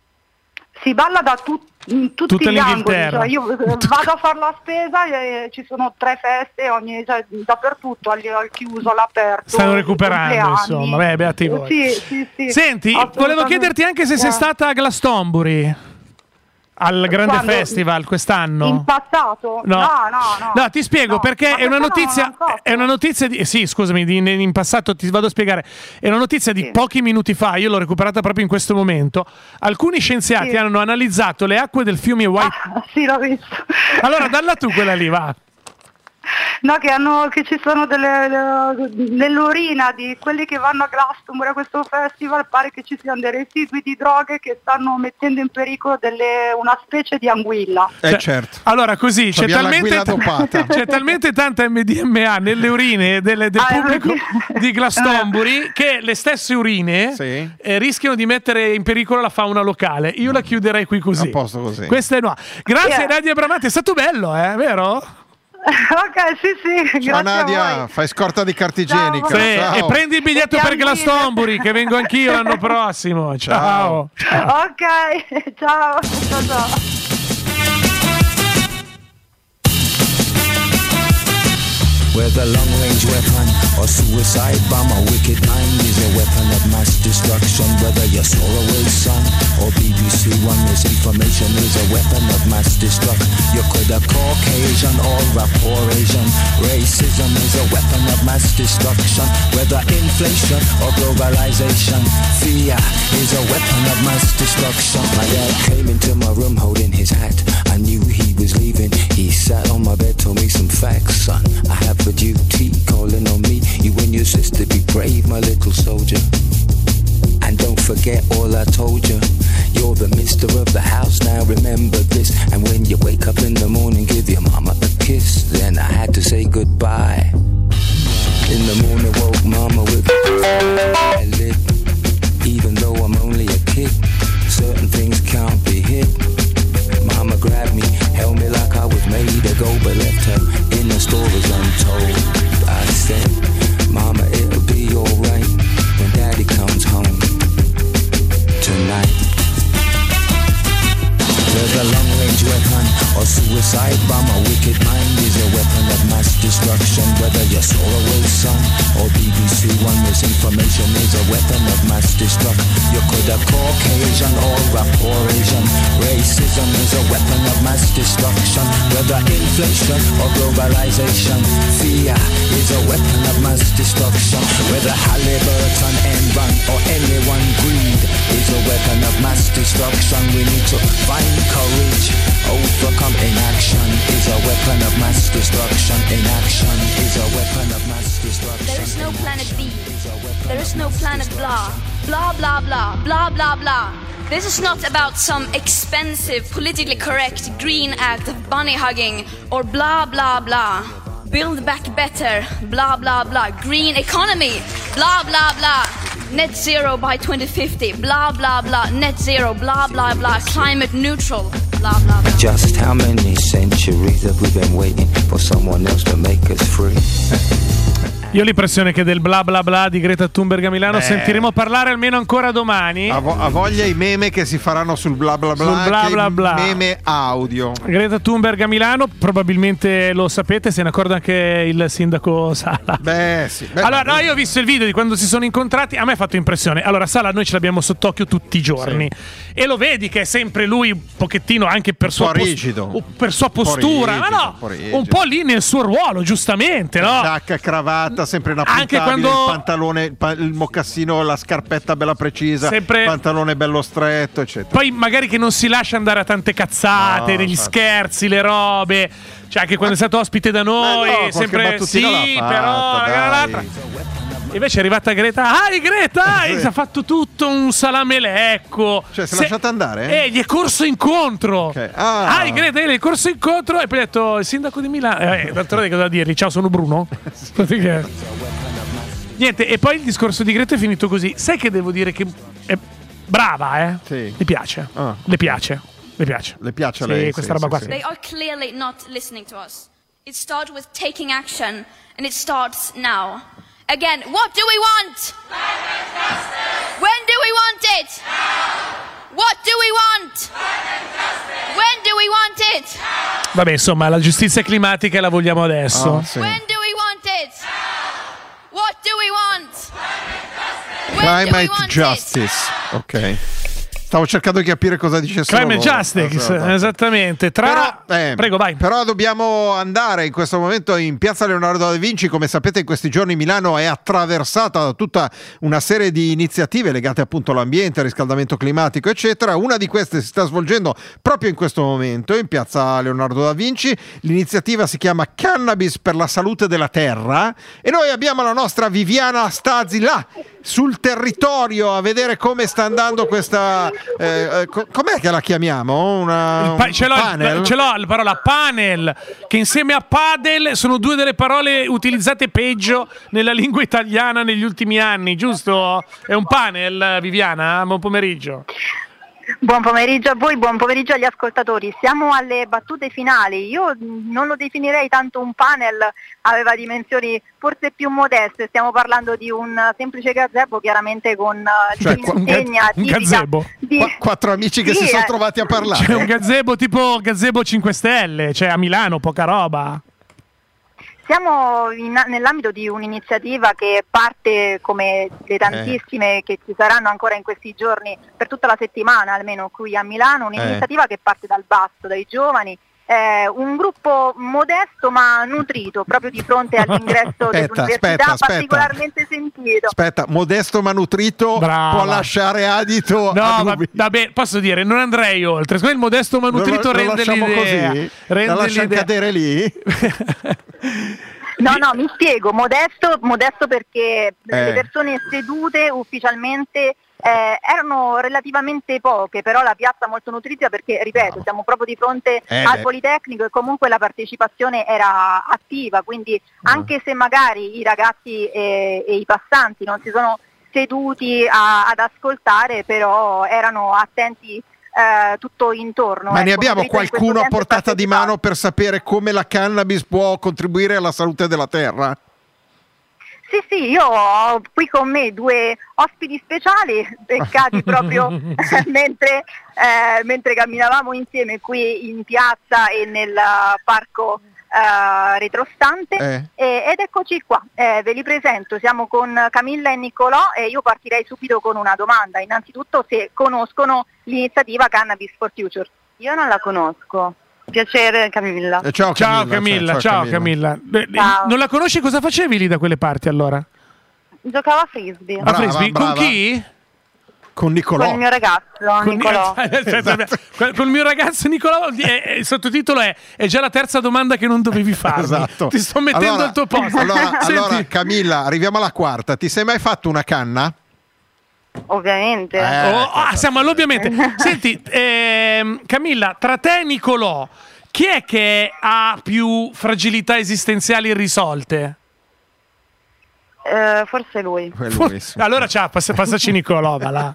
Si balla da tut- in tutti Tutta gli angoli, l'Inghilterra. cioè io eh, vado a fare la spesa e ci sono tre feste ogni, cioè, dappertutto, al, al chiuso, all'aperto. Stanno i recuperando, compleanni. insomma. Beh, beati voi. Sì, sì, sì. Senti, Assolutamente. volevo chiederti anche se sei Eh. stata a Glastonbury al grande Quando? festival quest'anno. In passato? No. No, no, no. No, ti spiego No. perché Ma è una quest'anno notizia. non l'hanno fatto? È una notizia di. Sì, scusami, di- in passato ti vado a spiegare. È una notizia di Sì. pochi minuti fa. Io l'ho recuperata proprio in questo momento. Alcuni scienziati Sì. hanno analizzato le acque del fiume White. Ah, sì, l'ho visto. Allora, dalla tu quella lì, va. No, che, hanno, che ci sono delle, le- nell'urina di quelli che vanno a Glastonbury a questo festival, pare che ci siano dei residui di droghe che stanno mettendo in pericolo delle, una specie di anguilla. Eh Cioè, certo. Allora, così c'è Abbiamo talmente, l'anguilla dopata. c'è talmente tanta M D M A nelle urine delle- del Ah, eh, pubblico sì. di Glastonbury che le stesse urine Sì. eh, rischiano di mettere in pericolo la fauna locale. Io la chiuderei qui così. A posto così. Questa è no. Grazie Yeah. Nadia Bramante, è stato bello, eh, vero? Ok, sì, sì, Ciao grazie a Nadia, voi. fai scorta di carta igienica. Ciao. Sì, Ciao. e prendi il biglietto per Vediamo Glastonbury che vengo anch'io l'anno prossimo. Ciao. Ok, ciao, ciao, ciao. Whether long-range weapon or suicide bomb, a wicked mind is a weapon of mass destruction. Whether you're Solarway Sun or B B C One, misinformation is a weapon of mass destruction. You could have Caucasian or rapport Asian. Racism is a weapon of mass destruction. Whether inflation or globalization, fear is a weapon of mass destruction. My dad came into my room holding his hat. I knew he was leaving. He sat on my bed, told me some facts, son. I have a duty calling on me. You and your sister, be brave, my little soldier. And don't forget all I told you. You're the mister of the house, now remember this. And when you wake up in the morning, give your mama a kiss. Then I had to say goodbye. In the morning, woke mama with a lip. Even though I'm only a kid, certain things can't be hid. Mama grabbed me, held me like I was made to go, but left her in the stories untold. I said, Mama, it'll be alright when Daddy comes home tonight. Information is a weapon of mass destruction. You could have Caucasian or a poor Asian. Racism is a weapon of mass destruction. Whether inflation or globalization, fear is a weapon of mass destruction. Whether Halliburton, Enron or anyone, greed is a weapon of mass destruction. We need to find courage, overcome inaction is a weapon of mass destruction. Inaction is a weapon of mass destruction. There is no planet B. There is no planet blah. Blah, blah, blah, blah, blah, blah. This is not about some expensive, politically correct green act of bunny hugging or blah, blah, blah. Build back better, blah, blah, blah. Green economy, blah, blah, blah. Net zero by twenty fifty, blah, blah, blah. Net zero, blah, blah, blah. Climate neutral, blah, blah, blah. Just how many centuries have we been waiting for someone else to make us free? Io ho l'impressione che del bla bla bla di Greta Thunberg a Milano Beh. sentiremo parlare almeno ancora domani. Ha, vo- ha voglia i meme che si faranno sul bla bla bla, Sul bla anche bla i bla. meme audio. Greta Thunberg a Milano, probabilmente lo sapete, se ne accorge anche il sindaco Sala. Beh, sì. Beh, allora, beh, no, io ho visto il video di quando si sono incontrati, a me ha fatto impressione. Allora, Sala noi ce l'abbiamo sott'occhio tutti i giorni e lo vedi che è sempre lui un pochettino anche per sua, po' pos- rigido. per sua postura, rigido, ma no, un po' rigido. un po' lì nel suo ruolo, giustamente, no? Giacca, cravatta, sempre una Anche quando- il pantalone, il, pa- il moccassino, la scarpetta bella precisa, Sempre- il pantalone bello stretto, eccetera. Poi magari che non si lascia andare a tante cazzate, No, degli infatti. scherzi, le robe. Cioè, anche quando è stato ospite da noi, Ma no, qualche sempre sì, battutina l'ha fatta, però dai. l'altra. Invece è arrivata Greta. Ah, Greta! Sì. E si è fatto tutto un salamelecco. Cioè, si è lasciata andare? Eh, gli è corso incontro. Ok. Ah. Ah, Greta, gli è corso incontro. E poi ha detto il sindaco di Milano. Eh, d'altronde cosa dirgli? Ciao, sono Bruno. Niente, e poi il discorso di Greta è finito così. Sai che devo dire che è brava, eh? Sì. Le piace. Ah. Le piace. Le piace. Le piace a Sì, lei? questa sì, roba sì, qua. sì. They are clearly not listening to us. It started with taking action, and it starts now. Again, what do we want? When do we want it? What do we want? When do we want it? Vabbè, insomma, la giustizia climatica la vogliamo adesso. Ah, sì. When do we want it? What do we want? When do we Climate want Justice. Ok. Stavo cercando di capire cosa dicessero Climate loro. Justice, Esatto. esattamente. Tra... Però, eh, Prego, vai. Però dobbiamo andare in questo momento in piazza Leonardo da Vinci. Come sapete, in questi giorni Milano è attraversata da tutta una serie di iniziative legate appunto all'ambiente, al riscaldamento climatico, eccetera. Una di queste si sta svolgendo proprio in questo momento in piazza Leonardo da Vinci. L'iniziativa si chiama Cannabis per la salute della terra e noi abbiamo la nostra Viviana Stazzi là sul territorio a vedere come sta andando questa eh, co- com'è che la chiamiamo? Una, Il pa- un ce, l'ho, panel? ce l'ho la parola panel, che insieme a padel sono due delle parole utilizzate peggio nella lingua italiana negli ultimi anni, giusto? È un panel, Viviana? Buon pomeriggio. Buon pomeriggio a voi, buon pomeriggio agli ascoltatori. Siamo alle battute finali. Io non lo definirei tanto un panel, aveva dimensioni forse più modeste. Stiamo parlando di un semplice gazebo, chiaramente con Cioè, l'insegna un tipica gazebo. di... Qu- quattro amici che Sì, si sono eh. trovati a parlare. C'è un gazebo tipo gazebo cinque Stelle, cioè a Milano, poca roba. Siamo in- nell'ambito di un'iniziativa che parte, come le tantissime che ci saranno ancora in questi giorni, per tutta la settimana almeno qui a Milano, un'iniziativa che parte dal basso, dai giovani, eh, un gruppo modesto ma nutrito, proprio di fronte all'ingresso Aspetta, dell'università, aspetta, aspetta. particolarmente sentito. Aspetta, modesto ma nutrito Brava. può lasciare adito No, a va- dubbi. vabbè, posso dire, non andrei oltre. Secondo me il modesto ma Lo- nutrito lo, lo rende lasciamo l'idea. così? Rende La lasciamo l'idea. cadere lì? No, no, mi spiego, modesto, modesto perché Eh. le persone sedute ufficialmente eh, erano relativamente poche, però la piazza molto nutrita perché, ripeto, siamo proprio di fronte Eh, al beh. Politecnico e comunque la partecipazione era attiva, quindi anche se magari i ragazzi e, e i passanti non si sono seduti a- ad ascoltare, però erano attenti eh, tutto intorno. Ma ne ecco, abbiamo nutrito in questo qualcuno a senso e portata di partecipato. mano per sapere come la cannabis può contribuire alla salute della terra? Sì, sì, io ho qui con me due ospiti speciali beccati proprio mentre, eh, mentre camminavamo insieme qui in piazza e nel parco uh, retrostante Eh. e, ed eccoci qua, eh, ve li presento, siamo con Camilla e Niccolò e io partirei subito con una domanda, innanzitutto se conoscono l'iniziativa Cannabis for Future. Io non la conosco. Piacere Camilla. Eh, ciao Ciao Camilla. Camilla, ciao, ciao Camilla. Camilla. Beh, Ciao. Non la conosci? Cosa facevi lì da quelle parti allora? Giocavo a frisbee A Brava, frisbee? Con brava. chi? Con Niccolò. con il mio ragazzo Con, Niccolò. Aspetta, aspetta. Con il mio ragazzo Niccolò, eh, il sottotitolo è è già la terza domanda che non dovevi farmi. Esatto. Ti sto mettendo Allora- al tuo posto. Allora, Senti, allora, Camilla, arriviamo alla quarta. Ti sei mai fatto una canna? Ovviamente. Eh. oh, ah, siamo all'ovviamente. Senti, ehm, Camilla, tra te e Niccolò, chi è che ha più fragilità esistenziali irrisolte? Eh, forse lui. Quello For- allora ciao, pass- passaci Niccolò, va là.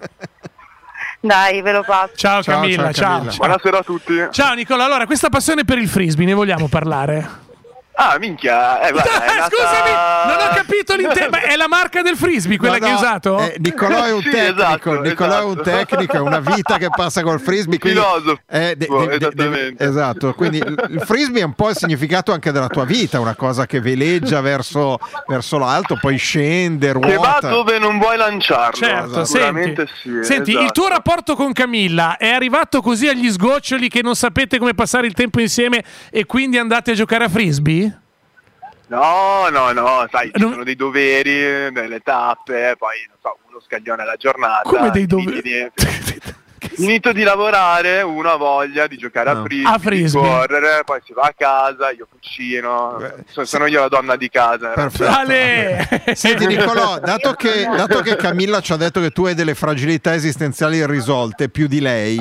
Dai, ve lo passo. Ciao Ciao, Camilla, ciao, ciao. Camilla. ciao. Buonasera a tutti. Ciao Niccolò, allora questa passione per il frisbee, ne vogliamo parlare? Ah, minchia, eh, guarda, è nata... Scusami, non ho capito l'intero. Ma è la marca del frisbee quella No, che hai no, usato? eh, Niccolò è un Sì, tecnico, esatto, Niccolò è un esatto. tecnico, è una vita che passa col frisbee. Quindi, Filosofo, eh, de- de- de- de- esattamente. esatto, quindi il il frisbee è un po' il significato anche della tua vita, una cosa che veleggia verso, verso l'alto, poi scende, Che va ruota. dove non vuoi lanciarlo. Certo, Sicuramente senti, sì. senti esatto. il tuo rapporto con Camilla è arrivato così agli sgoccioli che non sapete come passare il tempo insieme e quindi andate a giocare a frisbee? No, no, no, sai, ci Non- sono dei doveri, delle tappe, poi non so, uno scaglione alla giornata. Come dei finiti doveri? di- Finito di lavorare, uno ha voglia di giocare No. a frisbee, A frisbee. di correre, poi si va a casa, io cucino, Beh, so- sono io la donna di casa. in realtà. Perfetto. Ale! Senti Niccolò, dato che, dato che Camilla ci ha detto che tu hai delle fragilità esistenziali irrisolte più di lei,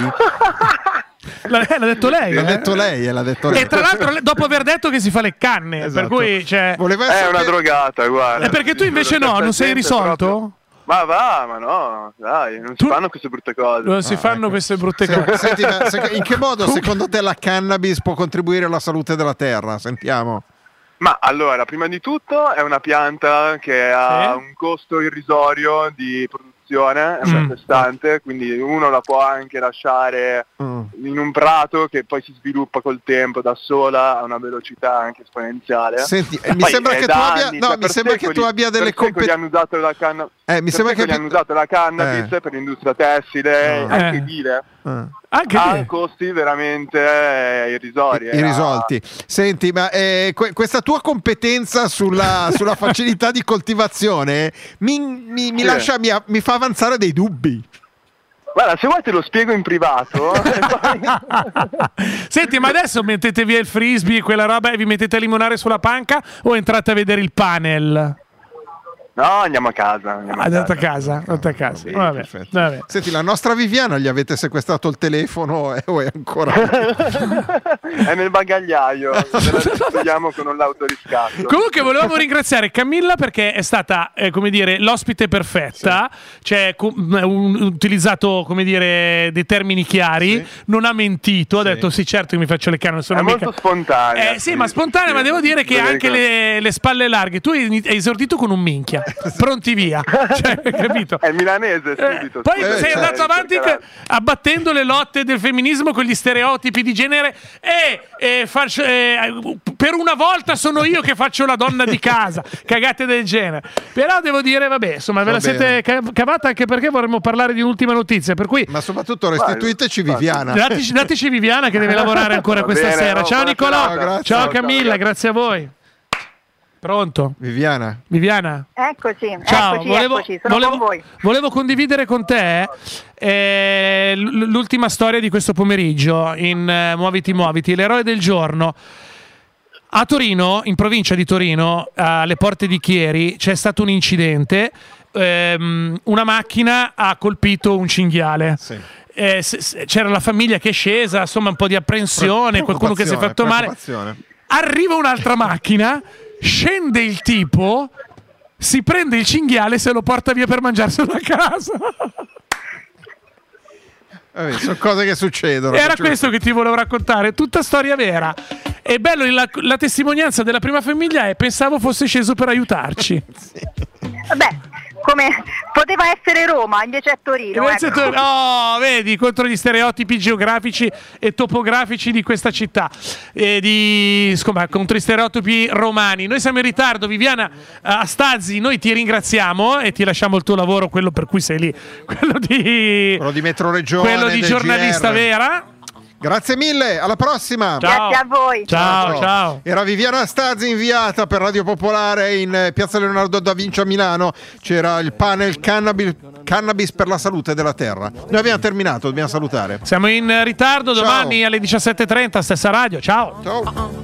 L'ha, eh, l'ha detto lei. l'ha eh? detto lei, eh, l'ha detto lei. E tra l'altro, le- dopo aver detto che si fa le canne, per Esatto. cui cioè, Voleva È essere una che- drogata, guarda. è perché tu invece no, non sei risolto? Proprio- Ma va, ma no, dai, non Tu- si fanno queste brutte cose. Non si Ah, fanno ecco. queste brutte Se- cose. senti, ma se- in che modo secondo te la cannabis può contribuire alla salute della terra? Sentiamo. Ma allora, prima di tutto è una pianta che ha Sì. un costo irrisorio di produzione, è Mm. una costante, quindi uno la può anche lasciare Mm. in un prato che poi si sviluppa col tempo da sola a una velocità anche esponenziale. Senti, eh, mi Poi sembra è che da tu abbia, anni, no, cioè, mi per sembra che secoli- tu abbia delle per secoli competenze. hanno usato la canna- Eh, mi per sembra che secoli hanno usato la cannabis Eh. per l'industria tessile, Ah. anche Eh. edile, Ah. Anche ha lì. costi veramente eh, irrisori. Era- irrisolti. Senti, ma eh, que- questa tua competenza sulla, sulla facilità di coltivazione mi, mi- mi Sì. lascia, mi, mi fa avanzare dei dubbi. Guarda, se vuoi te lo spiego in privato. Senti, ma adesso mettete via il frisbee, quella roba e vi mettete a limonare sulla panca o entrate a vedere il panel? No, andiamo a casa. Andiamo a Andate a casa. casa, andate a casa. Sì, Vabbè, perfetto. vabbè. Senti, la nostra Viviana gli avete sequestrato il telefono eh, o è ancora... È nel bagagliaio. Ce la togliamo con un autoriscatto. Comunque volevamo ringraziare Camilla perché è stata, eh, come dire, l'ospite perfetta, cioè cu- un- utilizzato, come dire, dei termini chiari, Sì. non ha mentito, ha Sì. detto sì certo che mi faccio le canne, non sono È mica... molto spontanea. Eh, sì, ma spontanea, ma devo dire che Vedete anche le, le spalle larghe. Tu hai hai esordito con un minchia, pronti via. Cioè, capito? È milanese Eh, subito. poi Eh, sei cioè, andato avanti cercherà. c- abbattendo le lotte del femminismo con gli stereotipi di genere e, e faccio- eh, per una volta sono io che faccio la donna di casa, cagate del genere. Però devo dire, vabbè, insomma, ve Va la siete ca- cavata anche perché vorremmo parlare di un'ultima notizia, per cui Ma soprattutto restituiteci Viviana. dateci, dateci Viviana che deve lavorare ancora Va questa bene, sera. oh, Ciao buona Nicolò, serata. Grazie. ciao Ciao, Camilla, ciao, grazie a voi. Pronto? Viviana. Viviana? Eccoci, Ciao, eccoci, volevo, eccoci, sono volevo- con voi. volevo condividere con te eh, l- l'ultima storia di questo pomeriggio in eh, Muoviti Muoviti, l'eroe del giorno. A Torino, in provincia di Torino, alle porte di Chieri, c'è stato un incidente. Ehm, una macchina ha colpito un cinghiale. Sì. Eh, s- s- c'era la famiglia che è scesa, insomma un po' di apprensione, qualcuno che si è fatto male. Preoccupazione. Arriva un'altra macchina, scende il tipo, si prende il cinghiale e se lo porta via per mangiarselo a casa. Vabbè, sono cose che succedono. Era Faccio- questo che ti volevo raccontare, tutta storia vera. E bello, la, la testimonianza della prima famiglia è: pensavo fosse sceso per aiutarci. Vabbè, come, Poteva essere Roma, invece è Torino. Invece ecco. tu- oh, vedi, contro gli stereotipi geografici e topografici di questa città, e di, insomma, contro gli stereotipi romani. Noi siamo in ritardo, Viviana a Stazzi, noi ti ringraziamo e ti lasciamo il tuo lavoro, quello per cui sei lì, quello di, quello di Metroregione, quello di del giornalista G R. vera. Grazie mille, alla prossima. Ciao. Grazie a voi. Ciao, ciao. Era Viviana Stazzi inviata per Radio Popolare in eh, Piazza Leonardo da Vinci a Milano. C'era il panel cannabis, cannabis per la salute della terra. Noi abbiamo terminato, dobbiamo salutare. Siamo in ritardo, Ciao. domani alle diciassette e trenta, stessa radio. Ciao. Ciao.